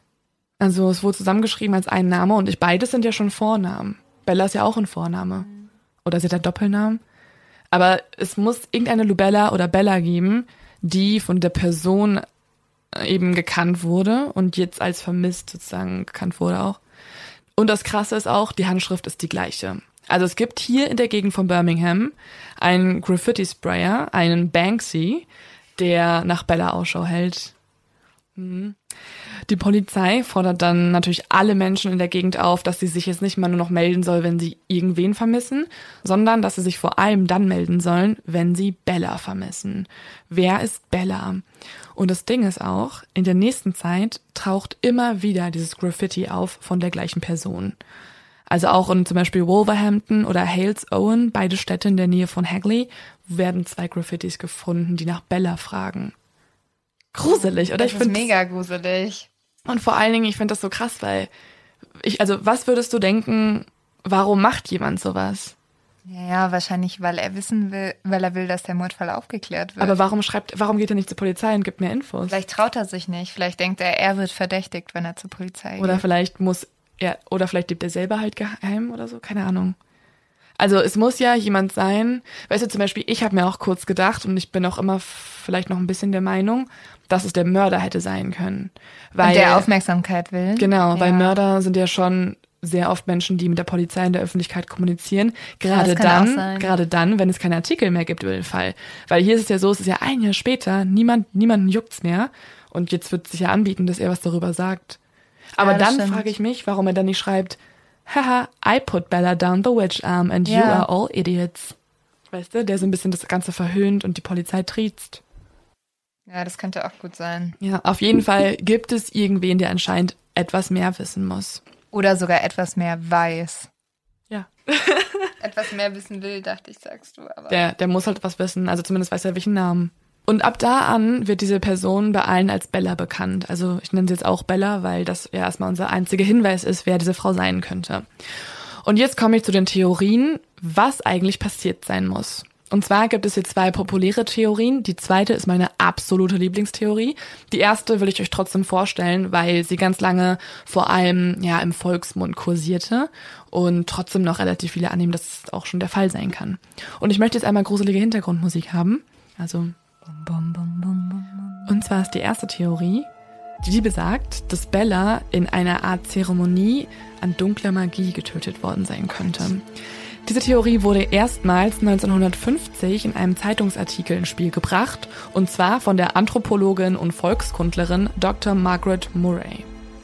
also es wurde zusammengeschrieben als ein Name und ich, beides sind ja schon Vornamen. Bella ist ja auch ein Vorname. Oder ist ja der Doppelnamen? Aber es muss irgendeine Lubella oder Bella geben, die von der Person eben gekannt wurde und jetzt als vermisst sozusagen gekannt wurde auch. Und das Krasse ist auch, die Handschrift ist die gleiche. Also es gibt hier in der Gegend von Birmingham einen Graffiti-Sprayer, einen Banksy, der nach Bella Ausschau hält. Die Polizei fordert dann natürlich alle Menschen in der Gegend auf, dass sie sich jetzt nicht mal nur noch melden soll, wenn sie irgendwen vermissen, sondern dass sie sich vor allem dann melden sollen, wenn sie Bella vermissen. Wer ist Bella? Und das Ding ist auch, in der nächsten Zeit taucht immer wieder dieses Graffiti auf von der gleichen Person. Also auch in zum Beispiel Wolverhampton oder Hales Owen, beide Städte in der Nähe von Hagley, werden zwei Graffitis gefunden, die nach Bella fragen. Gruselig, oder? Das Ich ist mega gruselig. Und vor allen Dingen, ich finde das so krass, weil ich, also was würdest du denken, warum macht jemand sowas? Ja, ja, wahrscheinlich, weil er wissen will, weil er will, dass der Mordfall aufgeklärt wird. Aber warum schreibt, warum geht er nicht zur Polizei und gibt mehr Infos? Vielleicht traut er sich nicht. Vielleicht denkt er, er wird verdächtigt, wenn er zur Polizei geht. Oder vielleicht muss er, oder vielleicht lebt er selber halt geheim oder so, keine Ahnung. Also es muss ja jemand sein, weißt du, zum Beispiel, ich habe mir auch kurz gedacht und ich bin auch immer vielleicht noch ein bisschen der Meinung, dass es der Mörder hätte sein können. Weil, und der Aufmerksamkeit will. Genau, ja. weil Mörder sind ja schon sehr oft Menschen, die mit der Polizei in der Öffentlichkeit kommunizieren. Gerade dann, gerade dann, wenn es keine Artikel mehr gibt über den Fall. Weil hier ist es ja so, es ist ja ein Jahr später, niemand, niemanden juckt's mehr. Und jetzt wird es sich ja anbieten, dass er was darüber sagt. Aber ja, dann frage ich mich, warum er dann nicht schreibt, haha, I put Bella down the witch arm and ja. you are all idiots. Weißt du, der so ein bisschen das Ganze verhöhnt und die Polizei triezt. Ja, das könnte auch gut sein. Ja, auf jeden Fall gibt es irgendwen, der anscheinend etwas mehr wissen muss. Oder sogar etwas mehr weiß. Ja. Etwas mehr wissen will, dachte ich, sagst du. Aber der, der muss halt was wissen, also zumindest weiß er welchen Namen. Und ab da an wird diese Person bei allen als Bella bekannt. Also ich nenne sie jetzt auch Bella, weil das ja erstmal unser einziger Hinweis ist, wer diese Frau sein könnte. Und jetzt komme ich zu den Theorien, was eigentlich passiert sein muss. Und zwar gibt es hier zwei populäre Theorien. Die zweite ist meine absolute Lieblingstheorie. Die erste will ich euch trotzdem vorstellen, weil sie ganz lange vor allem ja im Volksmund kursierte und trotzdem noch relativ viele annehmen, dass es auch schon der Fall sein kann. Und ich möchte jetzt einmal gruselige Hintergrundmusik haben. Also und zwar ist die erste Theorie, die besagt, dass Bella in einer Art Zeremonie an dunkler Magie getötet worden sein könnte. Diese Theorie wurde erstmals neunzehnhundertfünfzig in einem Zeitungsartikel ins Spiel gebracht, und zwar von der Anthropologin und Volkskundlerin Doktor Margaret Murray.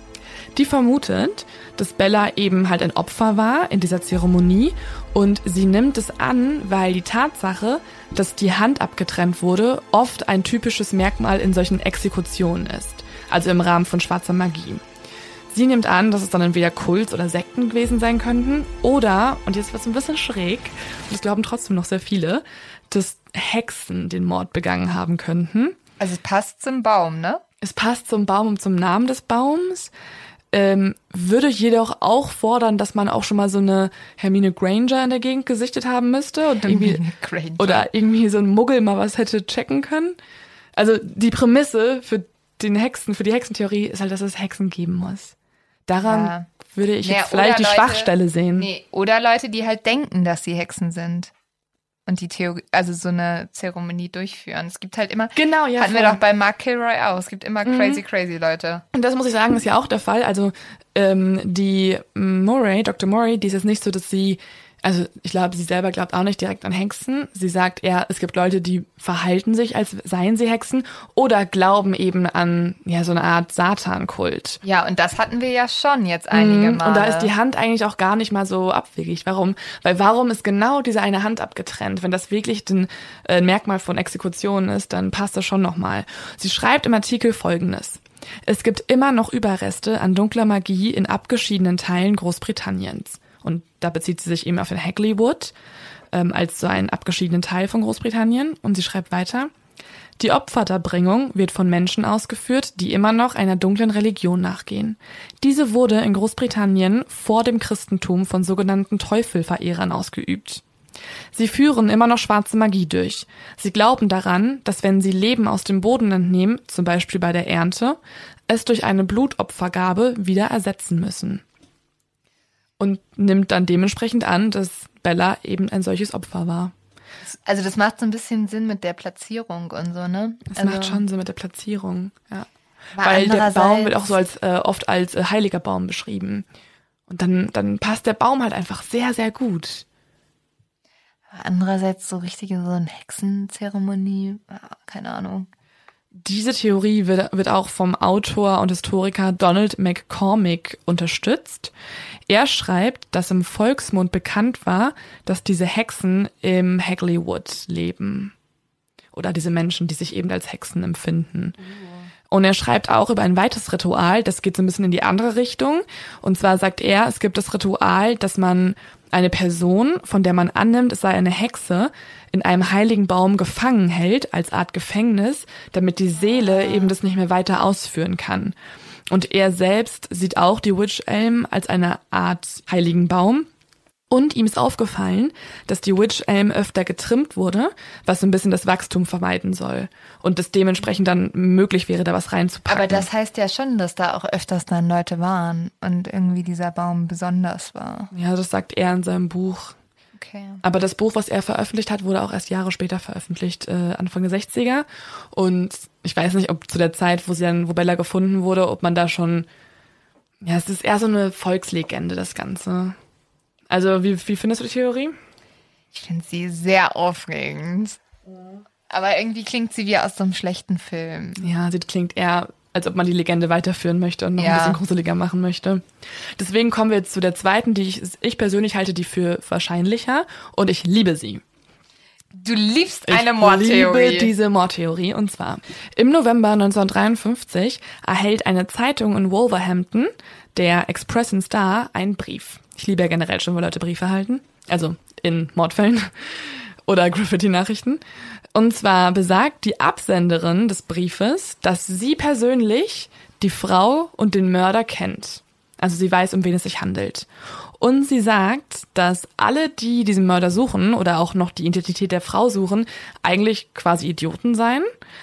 Die vermutet, dass Bella eben halt ein Opfer war in dieser Zeremonie, und sie nimmt es an, weil die Tatsache, dass die Hand abgetrennt wurde, oft ein typisches Merkmal in solchen Exekutionen ist, also im Rahmen von schwarzer Magie. Sie nimmt an, dass es dann entweder Kult oder Sekten gewesen sein könnten oder, und jetzt wird es ein bisschen schräg, und das glauben trotzdem noch sehr viele, dass Hexen den Mord begangen haben könnten. Also es passt zum Baum, ne? Es passt zum Baum und zum Namen des Baums. Ähm, würde jedoch auch fordern, dass man auch schon mal so eine Hermine Granger in der Gegend gesichtet haben müsste und irgendwie oder irgendwie so ein Muggel mal was hätte checken können. Also die Prämisse für den Hexen, für die Hexentheorie ist halt, dass es Hexen geben muss. Daran ja. würde ich naja, jetzt vielleicht die Leute, Schwachstelle sehen. Nee, oder Leute, die halt denken, dass sie Hexen sind. Und die Theorie, also so eine Zeremonie durchführen. Es gibt halt immer, genau, ja, hatten voll. wir doch bei Mark Kilroy auch, es gibt immer crazy, mhm. crazy Leute. Und das muss ich sagen, ist ja auch der Fall. Also ähm, die Murray, Doktor Murray, die ist jetzt nicht so, dass sie, also ich glaube, sie selber glaubt auch nicht direkt an Hexen. Sie sagt eher, es gibt Leute, die verhalten sich, als seien sie Hexen oder glauben eben an ja so eine Art Satan-Kult. Ja, und das hatten wir ja schon jetzt einige Male. Und da ist die Hand eigentlich auch gar nicht mal so abwegig. Warum? Weil warum ist genau diese eine Hand abgetrennt? Wenn das wirklich ein äh, Merkmal von Exekution ist, dann passt das schon nochmal. Sie schreibt im Artikel Folgendes. Es gibt immer noch Überreste an dunkler Magie in abgeschiedenen Teilen Großbritanniens. Und da bezieht sie sich eben auf den Hagley Wood ähm, als so einen abgeschiedenen Teil von Großbritannien. Und sie schreibt weiter, die Opferdarbringung wird von Menschen ausgeführt, die immer noch einer dunklen Religion nachgehen. Diese wurde in Großbritannien vor dem Christentum von sogenannten Teufelverehrern ausgeübt. Sie führen immer noch schwarze Magie durch. Sie glauben daran, dass wenn sie Leben aus dem Boden entnehmen, zum Beispiel bei der Ernte, es durch eine Blutopfergabe wieder ersetzen müssen. Und nimmt dann dementsprechend an, dass Bella eben ein solches Opfer war. Also das macht so ein bisschen Sinn mit der Platzierung und so, ne? Das also macht schon Sinn mit der Platzierung, ja. Weil der Baum wird auch so als äh, oft als äh, heiliger Baum beschrieben. Und dann, dann passt der Baum halt einfach sehr, sehr gut. Andererseits so richtige so eine Hexenzeremonie, keine Ahnung. Diese Theorie wird, wird auch vom Autor und Historiker Donald McCormick unterstützt. Er schreibt, dass im Volksmund bekannt war, dass diese Hexen im Hagley Wood leben. Oder diese Menschen, die sich eben als Hexen empfinden. Oh. Und er schreibt auch über ein weiteres Ritual, das geht so ein bisschen in die andere Richtung. Und zwar sagt er, es gibt das Ritual, dass man eine Person, von der man annimmt, es sei eine Hexe, in einem heiligen Baum gefangen hält, als Art Gefängnis, damit die Seele eben das nicht mehr weiter ausführen kann. Und er selbst sieht auch die Wych Elm als eine Art heiligen Baum. Und ihm ist aufgefallen, dass die Wych Elm öfter getrimmt wurde, was so ein bisschen das Wachstum vermeiden soll. Und es dementsprechend dann möglich wäre, da was reinzupacken. Aber das heißt ja schon, dass da auch öfters dann Leute waren und irgendwie dieser Baum besonders war. Ja, das sagt er in seinem Buch. Okay. Aber das Buch, was er veröffentlicht hat, wurde auch erst Jahre später veröffentlicht, äh, Anfang der sechziger. Und ich weiß nicht, ob zu der Zeit, wo sie dann, wo Bella gefunden wurde, ob man da schon, ja, es ist eher so eine Volkslegende, das Ganze. Also, wie, wie findest du die Theorie? Ich finde sie sehr aufregend. Aber irgendwie klingt sie wie aus so einem schlechten Film. Ja, sie klingt eher, als ob man die Legende weiterführen möchte und noch ja. ein bisschen gruseliger machen möchte. Deswegen kommen wir jetzt zu der zweiten, die ich, ich persönlich halte die für wahrscheinlicher und ich liebe sie. Du liebst eine Mordtheorie. Ich liebe diese Mordtheorie. Und zwar, im November neunzehnhundertdreiundfünfzig erhält eine Zeitung in Wolverhampton, der Express and Star, einen Brief. Ich liebe ja generell schon, wo Leute Briefe halten. Also in Mordfällen oder Graffiti-Nachrichten. Und zwar besagt die Absenderin des Briefes, dass sie persönlich die Frau und den Mörder kennt. Also sie weiß, um wen es sich handelt. Und sie sagt, dass alle, die diesen Mörder suchen oder auch noch die Identität der Frau suchen, eigentlich quasi Idioten seien,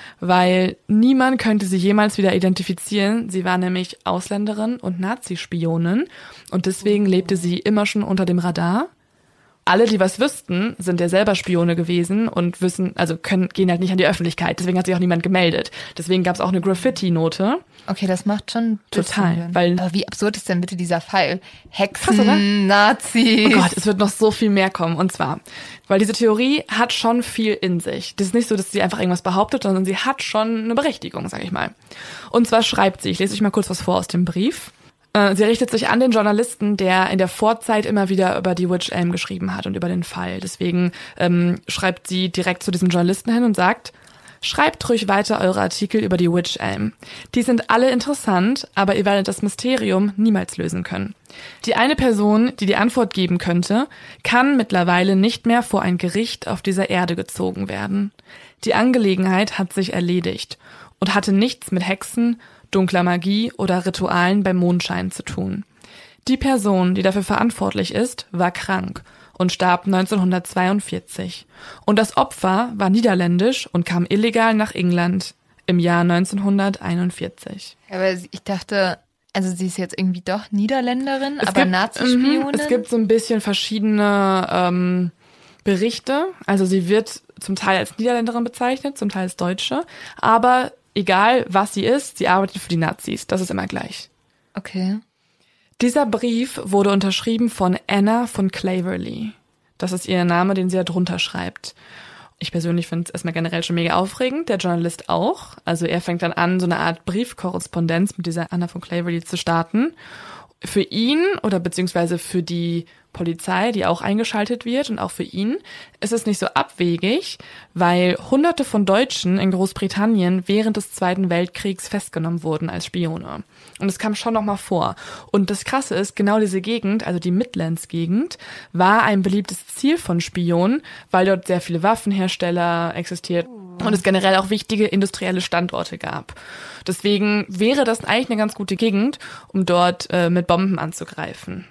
weil niemand könnte sie jemals wieder identifizieren. Sie war nämlich Ausländerin und Nazispionin und deswegen lebte sie immer schon unter dem Radar. Alle, die was wüssten, sind ja selber Spione gewesen und wissen, also können, gehen halt nicht an die Öffentlichkeit. Deswegen hat sich auch niemand gemeldet. Deswegen gab es auch eine Graffiti-Note. Okay, das macht schon total. Sinn. Weil Aber wie absurd ist denn bitte dieser Fall? Hexen, krass, oder? Nazis. Oh Gott, es wird noch so viel mehr kommen. Und zwar, weil diese Theorie hat schon viel in sich. Das ist nicht so, dass sie einfach irgendwas behauptet, sondern sie hat schon eine Berechtigung, sag ich mal. Und zwar schreibt sie, ich lese euch mal kurz was vor aus dem Brief. Sie richtet sich an den Journalisten, der in der Vorzeit immer wieder über die Wych Elm geschrieben hat und über den Fall. Deswegen ähm, schreibt sie direkt zu diesem Journalisten hin und sagt, schreibt ruhig weiter eure Artikel über die Wych Elm. Die sind alle interessant, aber ihr werdet das Mysterium niemals lösen können. Die eine Person, die die Antwort geben könnte, kann mittlerweile nicht mehr vor ein Gericht auf dieser Erde gezogen werden. Die Angelegenheit hat sich erledigt und hatte nichts mit Hexen, dunkler Magie oder Ritualen beim Mondschein zu tun. Die Person, die dafür verantwortlich ist, war krank und starb neunzehnhundertzweiundvierzig. Und das Opfer war niederländisch und kam illegal nach England im Jahr neunzehnhunderteinundvierzig. Aber ich dachte, also sie ist jetzt irgendwie doch Niederländerin, es aber gibt, Nazispionin? Es gibt so ein bisschen verschiedene ähm, Berichte. Also sie wird zum Teil als Niederländerin bezeichnet, zum Teil als Deutsche. Aber egal, was sie ist, sie arbeitet für die Nazis. Das ist immer gleich. Okay. Dieser Brief wurde unterschrieben von Anna von Claverley. Das ist ihr Name, den sie da drunter schreibt. Ich persönlich finde es erstmal generell schon mega aufregend, der Journalist auch. Also er fängt dann an, so eine Art Briefkorrespondenz mit dieser Anna von Claverley zu starten. Für ihn oder beziehungsweise für die Polizei, die auch eingeschaltet wird und auch für ihn, ist es nicht so abwegig, weil Hunderte von Deutschen in Großbritannien während des Zweiten Weltkriegs festgenommen wurden als Spione. Und es kam schon noch mal vor. Und das Krasse ist, genau diese Gegend, also die Midlands-Gegend, war ein beliebtes Ziel von Spionen, weil dort sehr viele Waffenhersteller existiert und es generell auch wichtige industrielle Standorte gab. Deswegen wäre das eigentlich eine ganz gute Gegend, um dort äh, mit Bomben anzugreifen.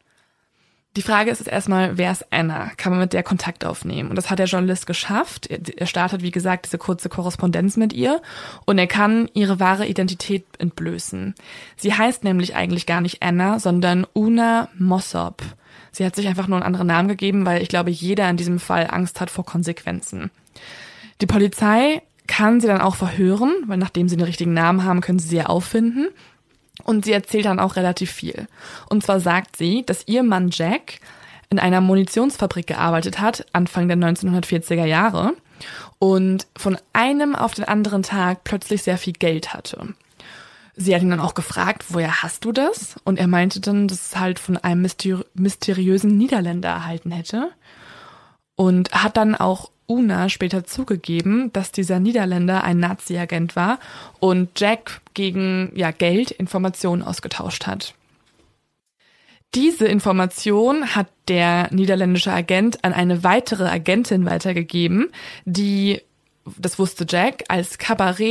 Die Frage ist jetzt erstmal, wer ist Anna? Kann man mit der Kontakt aufnehmen? Und das hat der Journalist geschafft. Er startet, wie gesagt, diese kurze Korrespondenz mit ihr und er kann ihre wahre Identität entblößen. Sie heißt nämlich eigentlich gar nicht Anna, sondern Una Mossop. Sie hat sich einfach nur einen anderen Namen gegeben, weil ich glaube, jeder in diesem Fall Angst hat vor Konsequenzen. Die Polizei kann sie dann auch verhören, weil nachdem sie den richtigen Namen haben, können sie sie ja auffinden. Und sie erzählt dann auch relativ viel. Und zwar sagt sie, dass ihr Mann Jack in einer Munitionsfabrik gearbeitet hat, Anfang der neunzehnhundertvierziger Jahre, und von einem auf den anderen Tag plötzlich sehr viel Geld hatte. Sie hat ihn dann auch gefragt, woher hast du das? Und er meinte dann, dass es halt von einem mysteri- mysteriösen Niederländer erhalten hätte. Und hat dann auch Una später zugegeben, dass dieser Niederländer ein Nazi-Agent war und Jack gegen ja, Geld Informationen ausgetauscht hat. Diese Information hat der niederländische Agent an eine weitere Agentin weitergegeben, die, das wusste Jack, als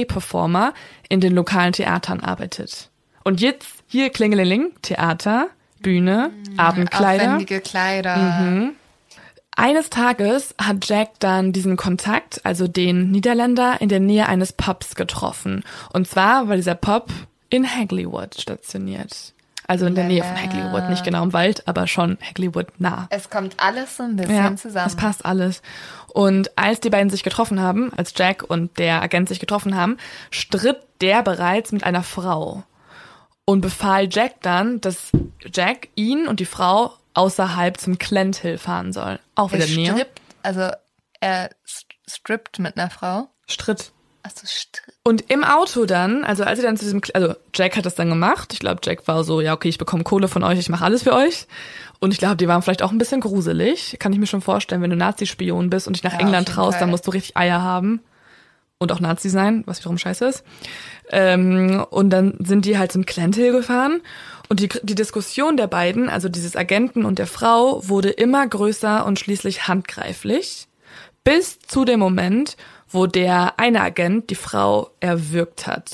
Kabarett-Performer in den lokalen Theatern arbeitet. Und jetzt hier Klingelingeling, Theater, Bühne, Abendkleider. Aufwendige Kleider. Mhm. Eines Tages hat Jack dann diesen Kontakt, also den Niederländer, in der Nähe eines Pubs getroffen. Und zwar war dieser Pub in Hagleywood stationiert. Also in der Nähe von Hagleywood, nicht genau im Wald, aber schon Hagleywood nah. Es kommt alles so ein bisschen ja, zusammen. Es passt alles. Und als die beiden sich getroffen haben, als Jack und der Agent sich getroffen haben, stritt der bereits mit einer Frau und befahl Jack dann, dass Jack ihn und die Frau außerhalb zum Clent Hill fahren soll. Auch wieder näher. Strippt, also er strippt mit einer Frau. Stritt. Achso, Stritt. Und im Auto dann, also als sie dann zu diesem, also Jack hat das dann gemacht. Ich glaube, Jack war so, ja okay, ich bekomme Kohle von euch, ich mache alles für euch. Und ich glaube, die waren vielleicht auch ein bisschen gruselig. Kann ich mir schon vorstellen, wenn du Nazi-Spion bist und dich nach ja, England traust, Fall. Dann musst du richtig Eier haben. Und auch Nazi sein, was wiederum scheiße ist. Ähm, und dann sind die halt zum Clent Hill gefahren. Und die, die Diskussion der beiden, also dieses Agenten und der Frau, wurde immer größer und schließlich handgreiflich. Bis zu dem Moment, wo der eine Agent die Frau erwürgt hat.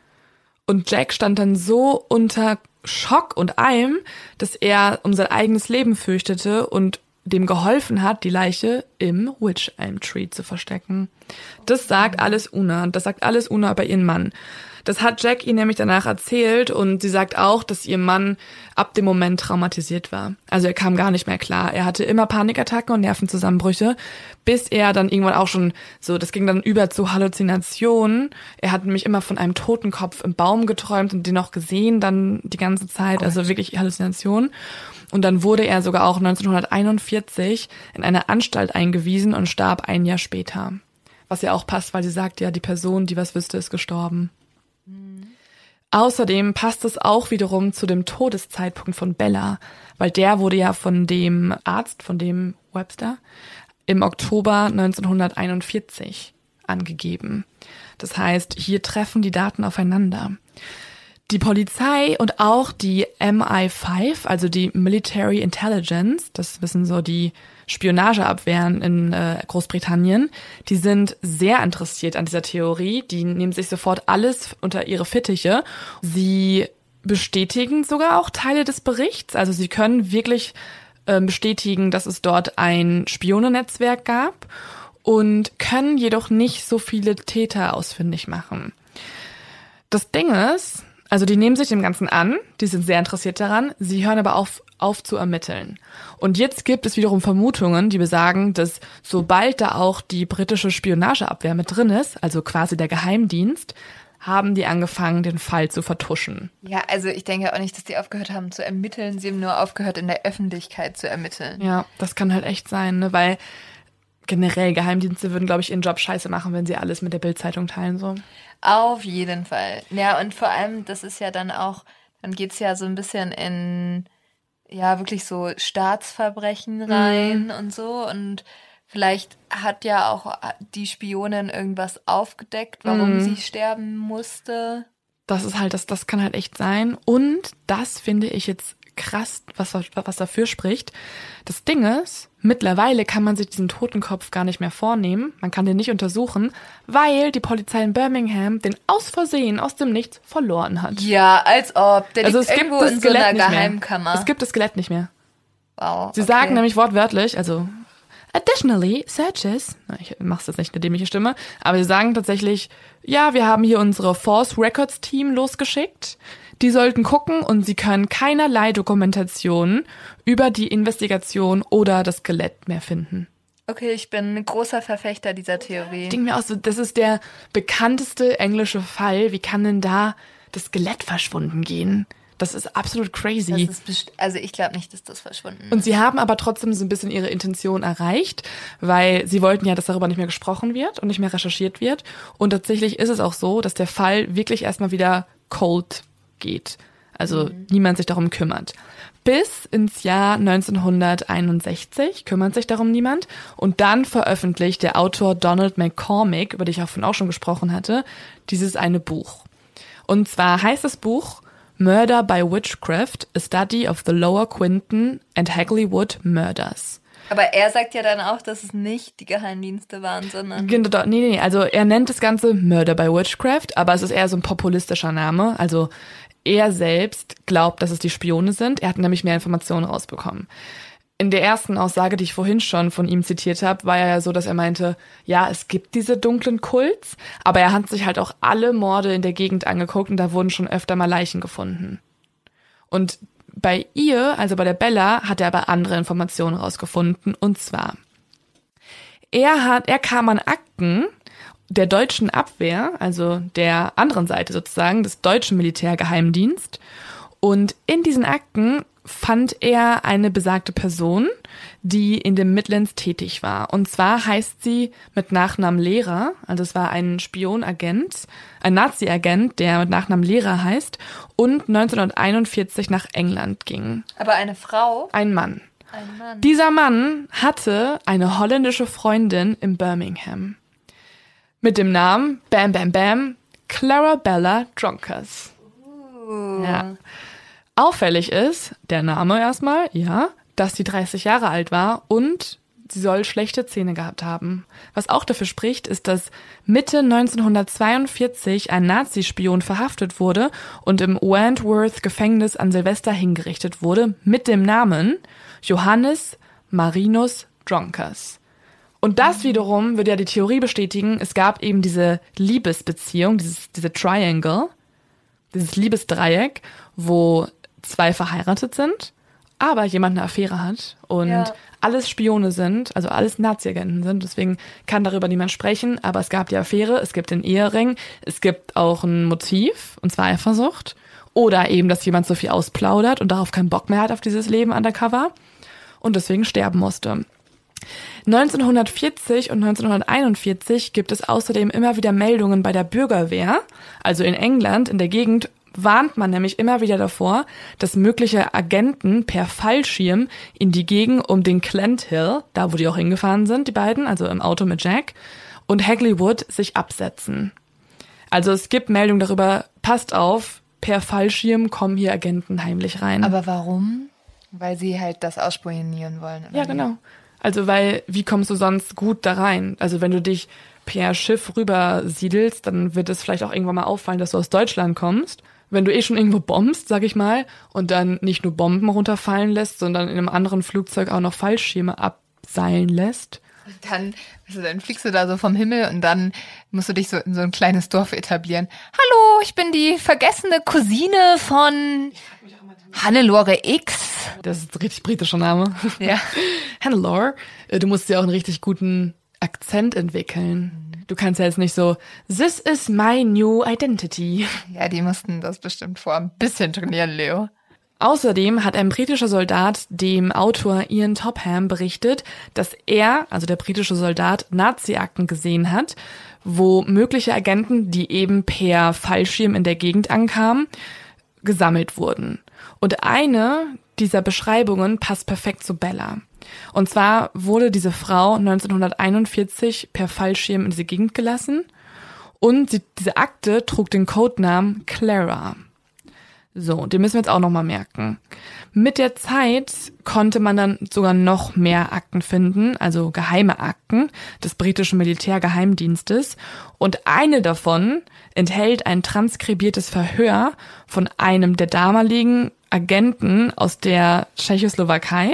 Und Jack stand dann so unter Schock und Eim, dass er um sein eigenes Leben fürchtete und dem geholfen hat, die Leiche im Wych Elm Tree zu verstecken. Das sagt alles Una. Das sagt alles Una über ihren Mann. Das hat Jack ihr nämlich danach erzählt und sie sagt auch, dass ihr Mann ab dem Moment traumatisiert war. Also er kam gar nicht mehr klar. Er hatte immer Panikattacken und Nervenzusammenbrüche, bis er dann irgendwann auch schon so, das ging dann über zu Halluzinationen. Er hat nämlich immer von einem Totenkopf im Baum geträumt und den auch gesehen dann die ganze Zeit, Gott. Also wirklich Halluzinationen. Und dann wurde er sogar auch neunzehnhunderteinundvierzig in eine Anstalt eingewiesen und starb ein Jahr später. Was ja auch passt, weil sie sagt, ja, die Person, die was wüsste, ist gestorben. Mhm. Außerdem passt es auch wiederum zu dem Todeszeitpunkt von Bella, weil der wurde ja von dem Arzt, von dem Webster, im Oktober neunzehnhunderteinundvierzig angegeben. Das heißt, hier treffen die Daten aufeinander. Die Polizei und auch die M I fünf, also die Military Intelligence, das wissen so die Spionageabwehren in äh, Großbritannien, die sind sehr interessiert an dieser Theorie. Die nehmen sich sofort alles unter ihre Fittiche. Sie bestätigen sogar auch Teile des Berichts. Also sie können wirklich äh, bestätigen, dass es dort ein Spionennetzwerk gab und können jedoch nicht so viele Täter ausfindig machen. Das Ding ist, also die nehmen sich dem Ganzen an, die sind sehr interessiert daran, sie hören aber auf, auf zu ermitteln. Und jetzt gibt es wiederum Vermutungen, die besagen, dass sobald da auch die britische Spionageabwehr mit drin ist, also quasi der Geheimdienst, haben die angefangen, den Fall zu vertuschen. Ja, also ich denke auch nicht, dass die aufgehört haben zu ermitteln, sie haben nur aufgehört, in der Öffentlichkeit zu ermitteln. Ja, das kann halt echt sein, ne? Weil generell Geheimdienste würden, glaube ich, ihren Job scheiße machen, wenn sie alles mit der Bild-Zeitung teilen, so. Auf jeden Fall. Ja, und vor allem, das ist ja dann auch, dann geht's ja so ein bisschen in, ja, wirklich so Staatsverbrechen rein mhm. und so. Und vielleicht hat ja auch die Spionin irgendwas aufgedeckt, warum mhm. sie sterben musste. Das ist halt, das, das kann halt echt sein. Und das finde ich jetzt krass, was, was dafür spricht. Das Ding ist, mittlerweile kann man sich diesen Totenkopf gar nicht mehr vornehmen. Man kann den nicht untersuchen, weil die Polizei in Birmingham den aus Versehen, aus dem Nichts verloren hat. Ja, als ob. Der also liegt es irgendwo gibt das in Skelett so einer nicht Geheimkammer. Mehr. Es gibt das Skelett nicht mehr. Wow. Sie okay. sagen nämlich wortwörtlich, also additionally, searches, ich mach's jetzt nicht eine dämliche Stimme, aber sie sagen tatsächlich, ja, wir haben hier unsere Force Records Team losgeschickt. Die sollten gucken und sie können keinerlei Dokumentation über die Investigation oder das Skelett mehr finden. Okay, ich bin ein großer Verfechter dieser Theorie. Ich denke mir auch so, das ist der bekannteste englische Fall. Wie kann denn da das Skelett verschwunden gehen? Das ist absolut crazy. Das ist best- also ich glaube nicht, dass das verschwunden ist. Und sie haben aber trotzdem so ein bisschen ihre Intention erreicht, weil sie wollten ja, dass darüber nicht mehr gesprochen wird und nicht mehr recherchiert wird. Und tatsächlich ist es auch so, dass der Fall wirklich erstmal wieder cold geht. Also mhm. niemand sich darum kümmert. Bis ins Jahr neunzehnhunderteinundsechzig kümmert sich darum niemand. Und dann veröffentlicht der Autor Donald McCormick, über den ich auch vorhin auch schon gesprochen hatte, dieses eine Buch. Und zwar heißt das Buch Murder by Witchcraft, A Study of the Lower Quinton and Hagleywood Murders. Aber er sagt ja dann auch, dass es nicht die Geheimdienste waren, sondern... Nee, nee, also er nennt das Ganze Murder by Witchcraft, aber es ist eher so ein populistischer Name. Also er selbst glaubt, dass es die Spione sind. Er hat nämlich mehr Informationen rausbekommen. In der ersten Aussage, die ich vorhin schon von ihm zitiert habe, war ja so, dass er meinte, ja, es gibt diese dunklen Kults, aber er hat sich halt auch alle Morde in der Gegend angeguckt und da wurden schon öfter mal Leichen gefunden. Und bei ihr, also bei der Bella, hat er aber andere Informationen rausgefunden, und zwar, er hat, er kam an Akten der deutschen Abwehr, also der anderen Seite sozusagen, des deutschen Militärgeheimdienst, und in diesen Akten fand er eine besagte Person, die in den Midlands tätig war. Und zwar heißt sie mit Nachnamen Lehrer, also es war ein Spionagent, ein Nazi-Agent, der mit Nachnamen Lehrer heißt und neunzehnhunderteinundvierzig nach England ging. Aber eine Frau? Ein Mann. Ein Mann. Dieser Mann hatte eine holländische Freundin in Birmingham. Mit dem Namen, bam, bam, bam, Clarabella Dronkers. Uh. Ja. Auffällig ist, der Name erstmal, ja, dass sie dreißig Jahre alt war und sie soll schlechte Zähne gehabt haben. Was auch dafür spricht, ist, dass Mitte neunzehnhundertzweiundvierzig ein Nazispion verhaftet wurde und im Wentworth-Gefängnis an Silvester hingerichtet wurde mit dem Namen Johannes Marinus Dronkers. Und das wiederum würde ja die Theorie bestätigen, es gab eben diese Liebesbeziehung, dieses, diese Triangle, dieses Liebesdreieck, wo zwei verheiratet sind, aber jemand eine Affäre hat und ja. alles Spione sind, also alles Nazi-Agenten sind, deswegen kann darüber niemand sprechen, aber es gab die Affäre, es gibt den Ehering, es gibt auch ein Motiv, und zwar Eifersucht, oder eben, dass jemand so viel ausplaudert und darauf keinen Bock mehr hat auf dieses Leben undercover und deswegen sterben musste. neunzehnhundertvierzig und neunzehnhunderteinundvierzig gibt es außerdem immer wieder Meldungen bei der Bürgerwehr, also in England, in der Gegend, warnt man nämlich immer wieder davor, dass mögliche Agenten per Fallschirm in die Gegend um den Clent Hill, da wo die auch hingefahren sind, die beiden, also im Auto mit Jack, und Hagley Wood sich absetzen. Also es gibt Meldungen darüber, passt auf, per Fallschirm kommen hier Agenten heimlich rein. Aber warum? Weil sie halt das ausspionieren wollen. Oder ja, genau. Also weil, wie kommst du sonst gut da rein? Also wenn du dich per Schiff rüber siedelst, dann wird es vielleicht auch irgendwann mal auffallen, dass du aus Deutschland kommst. Wenn du eh schon irgendwo bombst, sag ich mal, und dann nicht nur Bomben runterfallen lässt, sondern in einem anderen Flugzeug auch noch Fallschirme abseilen lässt. Und dann, also dann fliegst du da so vom Himmel und dann musst du dich so in so ein kleines Dorf etablieren. Hallo, ich bin die vergessene Cousine von Hannelore X. Das ist ein richtig britischer Name. Ja. Hannelore, du musst ja auch einen richtig guten Akzent entwickeln. Du kannst ja jetzt nicht so, this is my new identity. Ja, die mussten das bestimmt vor ein bisschen trainieren, Leo. Außerdem hat ein britischer Soldat dem Autor Ian Topham berichtet, dass er, also der britische Soldat, Nazi-Akten gesehen hat, wo mögliche Agenten, die eben per Fallschirm in der Gegend ankamen, gesammelt wurden. Und eine dieser Beschreibungen passt perfekt zu Bella. Und zwar wurde diese Frau neunzehnhunderteinundvierzig per Fallschirm in diese Gegend gelassen und sie, diese Akte trug den Codenamen Clara. So, den müssen wir jetzt auch nochmal merken. Mit der Zeit konnte man dann sogar noch mehr Akten finden, also geheime Akten des britischen Militärgeheimdienstes. Und eine davon enthält ein transkribiertes Verhör von einem der damaligen Agenten aus der Tschechoslowakei,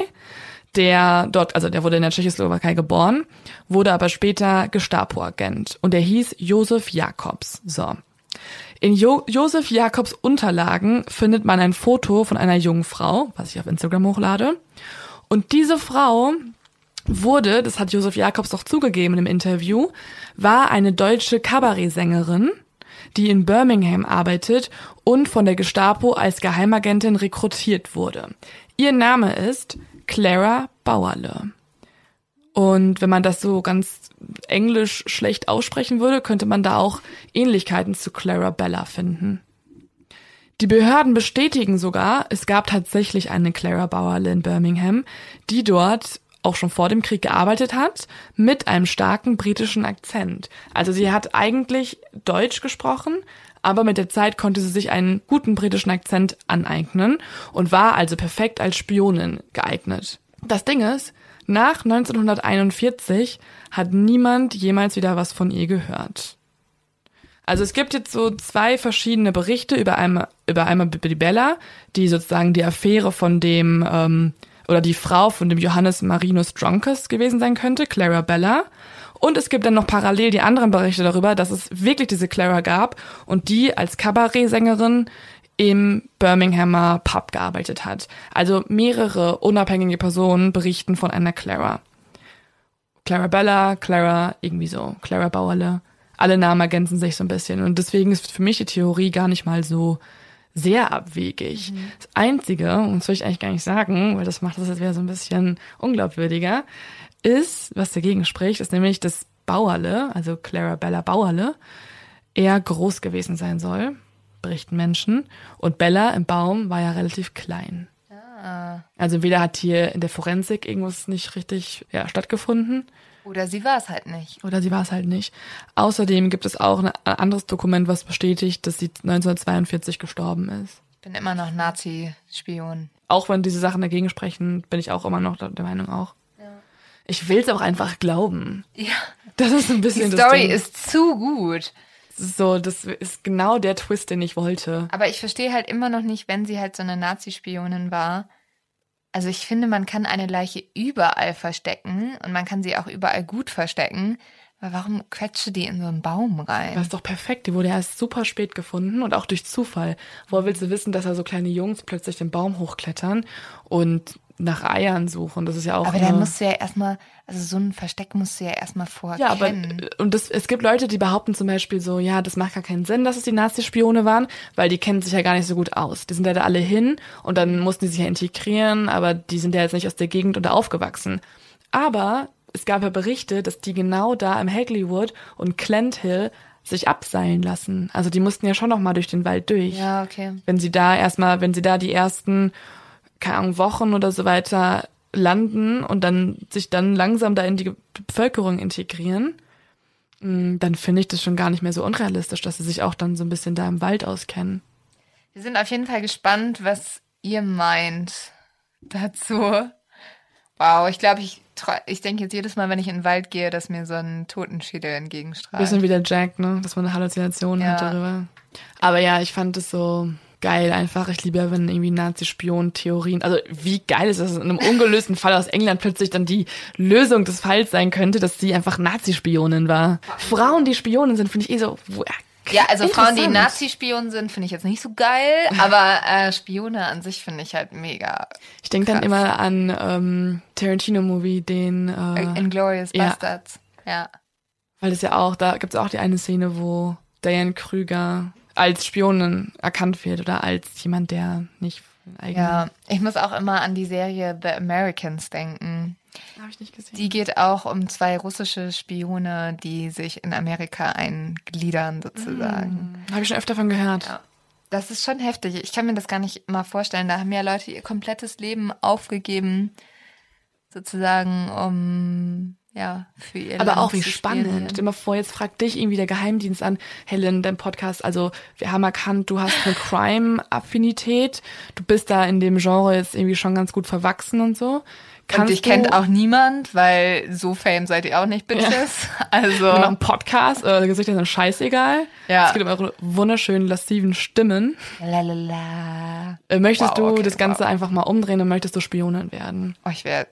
der dort, also der wurde in der Tschechoslowakei geboren, wurde aber später Gestapo-Agent und der hieß Josef Jakobs. So. In jo- Josef Jakobs Unterlagen findet man ein Foto von einer jungen Frau, was ich auf Instagram hochlade. Und diese Frau wurde, das hat Josef Jakobs auch zugegeben im Interview, war eine deutsche Kabarettsängerin, die in Birmingham arbeitet und von der Gestapo als Geheimagentin rekrutiert wurde. Ihr Name ist Clara Bauerle. Und wenn man das so ganz englisch schlecht aussprechen würde, könnte man da auch Ähnlichkeiten zu Clara Bella finden. Die Behörden bestätigen sogar, es gab tatsächlich eine Clara Bauerle in Birmingham, die dort auch schon vor dem Krieg gearbeitet hat, mit einem starken britischen Akzent. Also sie hat eigentlich Deutsch gesprochen, aber mit der Zeit konnte sie sich einen guten britischen Akzent aneignen und war also perfekt als Spionin geeignet. Das Ding ist, nach neunzehnhunderteinundvierzig hat niemand jemals wieder was von ihr gehört. Also es gibt jetzt so zwei verschiedene Berichte über einmal, über einmal über die Bella, die sozusagen die Affäre von dem, ähm, oder die Frau von dem Johannes Marinus Drunkes gewesen sein könnte, Clara Bella. Und es gibt dann noch parallel die anderen Berichte darüber, dass es wirklich diese Clara gab und die als Kabarettsängerin im Birminghamer Pub gearbeitet hat. Also mehrere unabhängige Personen berichten von einer Clara. Clara Bella, Clara, irgendwie so, Clara Bauerle. Alle Namen ergänzen sich so ein bisschen. Und deswegen ist für mich die Theorie gar nicht mal so sehr abwegig. Mhm. Das Einzige, und das will ich eigentlich gar nicht sagen, weil das macht das jetzt wieder so ein bisschen unglaubwürdiger, ist, was dagegen spricht, ist nämlich, dass Bauerle, also Clara Bella Bauerle, eher groß gewesen sein soll, berichten Menschen. Und Bella im Baum war ja relativ klein. Ah. Also entweder hat hier in der Forensik irgendwas nicht richtig ja, stattgefunden. Oder sie war es halt nicht. Oder sie war es halt nicht. Außerdem gibt es auch ein anderes Dokument, was bestätigt, dass sie neunzehnhundertzweiundvierzig gestorben ist. Ich bin immer noch Nazi-Spion. Auch wenn diese Sachen dagegen sprechen, bin ich auch immer noch der Meinung auch. Ja. Ich will es auch einfach glauben. Ja. Das ist ein bisschen Die Story das Ding. ist zu gut. So, das ist genau der Twist, den ich wollte. Aber ich verstehe halt immer noch nicht, wenn sie halt so eine Nazi-Spionin war. Also ich finde, man kann eine Leiche überall verstecken und man kann sie auch überall gut verstecken. Aber warum quetsche die in so einen Baum rein? Das ist doch perfekt. Die wurde erst super spät gefunden und auch durch Zufall. Woher willst du wissen, dass da so kleine Jungs plötzlich den Baum hochklettern und nach Eiern suchen? Das ist ja auch. Aber dann musst du ja erstmal, also so ein Versteck musst du ja erstmal vorher ja, kennen. Aber und das, es gibt Leute, die behaupten zum Beispiel so, ja, das macht gar keinen Sinn, dass es die Nazi-Spione waren, weil die kennen sich ja gar nicht so gut aus. Die sind ja da alle hin und dann mussten die sich ja integrieren, aber die sind ja jetzt nicht aus der Gegend und da aufgewachsen. Aber es gab ja Berichte, dass die genau da im Hagleywood und Clent Hill sich abseilen lassen. Also die mussten ja schon noch mal durch den Wald durch. Ja, okay. Wenn sie da erstmal, wenn sie da die ersten, keine Ahnung, Wochen oder so weiter landen und dann sich dann langsam da in die Bevölkerung integrieren, dann finde ich das schon gar nicht mehr so unrealistisch, dass sie sich auch dann so ein bisschen da im Wald auskennen. Wir sind auf jeden Fall gespannt, was ihr meint dazu. Wow, ich glaube, ich ich denke jetzt jedes Mal, wenn ich in den Wald gehe, dass mir so ein Totenschädel entgegenstrahlt. Bisschen wie der Jack, ne? Dass man eine Halluzination ja. hat darüber. Aber ja, ich fand es so geil einfach. Ich liebe ja, wenn irgendwie Nazi-Spion-Theorien, also wie geil ist das, in einem ungelösten Fall aus England plötzlich dann die Lösung des Falls sein könnte, dass sie einfach Nazi-Spionin war. Frauen, die Spionen sind, finde ich eh so, ja, also Frauen, die Nazi-Spionen sind, finde ich jetzt nicht so geil, aber äh, Spione an sich finde ich halt mega. Ich denke dann immer an ähm, Tarantino-Movie, den äh, Inglourious ja. Bastards, ja. Weil es ja auch, da gibt es auch die eine Szene, wo Diane Krüger als Spionin erkannt wird oder als jemand, der nicht eigentlich. Ja, ich muss auch immer an die Serie The Americans denken. Habe ich nicht gesehen. Die geht auch um zwei russische Spione, die sich in Amerika eingliedern, sozusagen. Mm, habe ich schon öfter von gehört. Ja. Das ist schon heftig. Ich kann mir das gar nicht mal vorstellen. Da haben ja Leute ihr komplettes Leben aufgegeben, sozusagen, um ja, für ihr Aber Land auch wie zu spannend. spielen. Stell dir mal vor, jetzt fragt dich irgendwie der Geheimdienst an, Helen, dein Podcast, also wir haben erkannt, du hast eine Crime-Affinität, du bist da in dem Genre jetzt irgendwie schon ganz gut verwachsen und so. Kannst und dich du, kennt auch niemand, weil so fame seid ihr auch nicht, Bitches. Ja. Also. Wir machen Podcast, eure Gesichter sind scheißegal. Ja. Es geht um eure wunderschönen, lassiven Stimmen. Lalala. Äh, möchtest Wow, du okay, das Ganze wow. einfach mal umdrehen und möchtest du Spionin werden? Oh, ich wäre.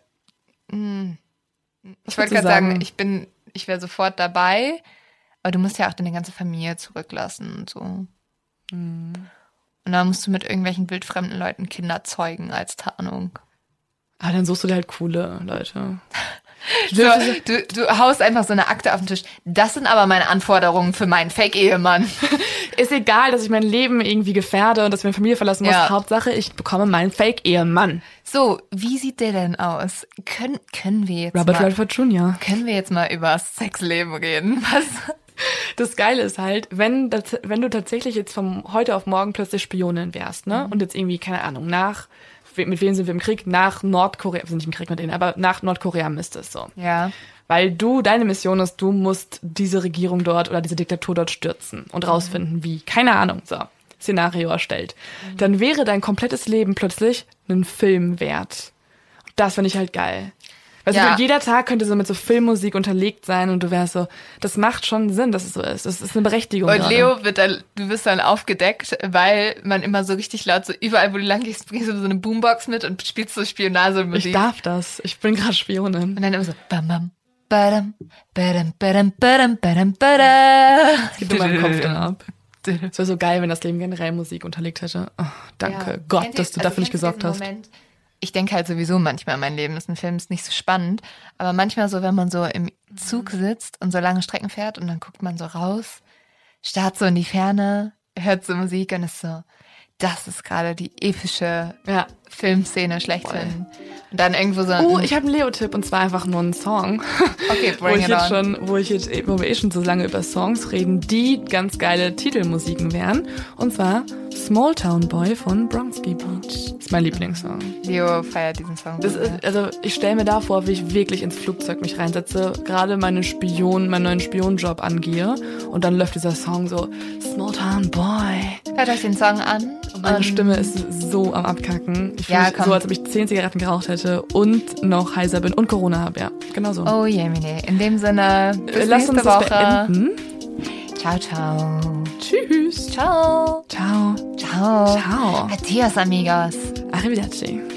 Ich Was wollte würdest du gerade sagen, sagen? ich bin, ich wäre sofort dabei, aber du musst ja auch deine ganze Familie zurücklassen und so. Hm. Und dann musst du mit irgendwelchen wildfremden Leuten Kinder zeugen als Tarnung. Aber dann suchst du dir halt coole Leute. So, du, du haust einfach so eine Akte auf den Tisch. Das sind aber meine Anforderungen für meinen Fake-Ehemann. Ist egal, dass ich mein Leben irgendwie gefährde und dass ich meine Familie verlassen muss. Ja. Hauptsache, ich bekomme meinen Fake-Ehemann. So, wie sieht der denn aus? Können, können wir jetzt Robert mal, Redford Junior können wir jetzt mal über Sexleben reden? Was? Das Geile ist halt, wenn, das, wenn du tatsächlich jetzt von heute auf morgen plötzlich Spionin wärst, ne? Mhm. Und jetzt irgendwie, keine Ahnung, nach, mit wem sind wir im Krieg? Nach Nordkorea, wir sind nicht im Krieg mit denen, aber nach Nordkorea müsste es so. Ja. Weil du, deine Mission ist, du musst diese Regierung dort oder diese Diktatur dort stürzen und rausfinden, wie. Keine Ahnung, so. Szenario erstellt. Mhm. Dann wäre dein komplettes Leben plötzlich einen Film wert. Das finde ich halt geil. Weißt Ja. du, jeder Tag könnte so mit so Filmmusik unterlegt sein und du wärst so, das macht schon Sinn, dass es so ist. Das ist eine Berechtigung. Und gerade. Leo wird dann, du wirst dann aufgedeckt, weil man immer so richtig laut, so überall, wo du lang gehst, bringst du so eine Boombox mit und spielst so Spionagemusik. Ich darf das. Ich bin gerade Spionin. Und dann immer so, bam, bam, badam, badam, badam, badam, badam, badam. Es geht in meinem Kopf dann ab. Es wäre so geil, wenn das Leben generell Musik unterlegt hätte. Oh, danke Ja. Gott, Kennt dass ihr- du also dafür nicht kennst du gesorgt diesen hast. Moment? Ich denke halt sowieso manchmal, mein Leben ist ein Film, ist nicht so spannend. Aber manchmal so, wenn man so im Zug sitzt und so lange Strecken fährt und dann guckt man so raus, starrt so in die Ferne, hört so Musik und ist so, das ist gerade die epische Ja. Filmszene schlechthin. Und dann irgendwo so Oh, ein, ich habe einen Leo-Tipp und zwar einfach nur einen Song. okay, wo bring ich it jetzt on. schon, wo ich jetzt, wo wir eh schon so lange über Songs reden, die ganz geile Titelmusiken wären. Und zwar Small Town Boy von Bronski Beach. Das ist mein Lieblingssong. Leo feiert diesen Song. Das sehr. ist, also ich stelle mir da vor, wie ich wirklich ins Flugzeug mich reinsetze, gerade meine Spion, meinen neuen Spionjob angehe und dann läuft dieser Song so Small Town Boy. Hört euch den Song an. Und meine und Stimme ist so am Abkacken. Ich fühle Ja, mich komm. so, als ob ich zehn Zigaretten geraucht hätte und noch heiser bin und Corona habe, ja. Genau so. Oh jemine. In dem Sinne, bis Lass nächste uns das Woche. beenden. Ciao, ciao. Tschüss. Ciao. Ciao. Ciao. Ciao. Adios, amigos. Arrivederci.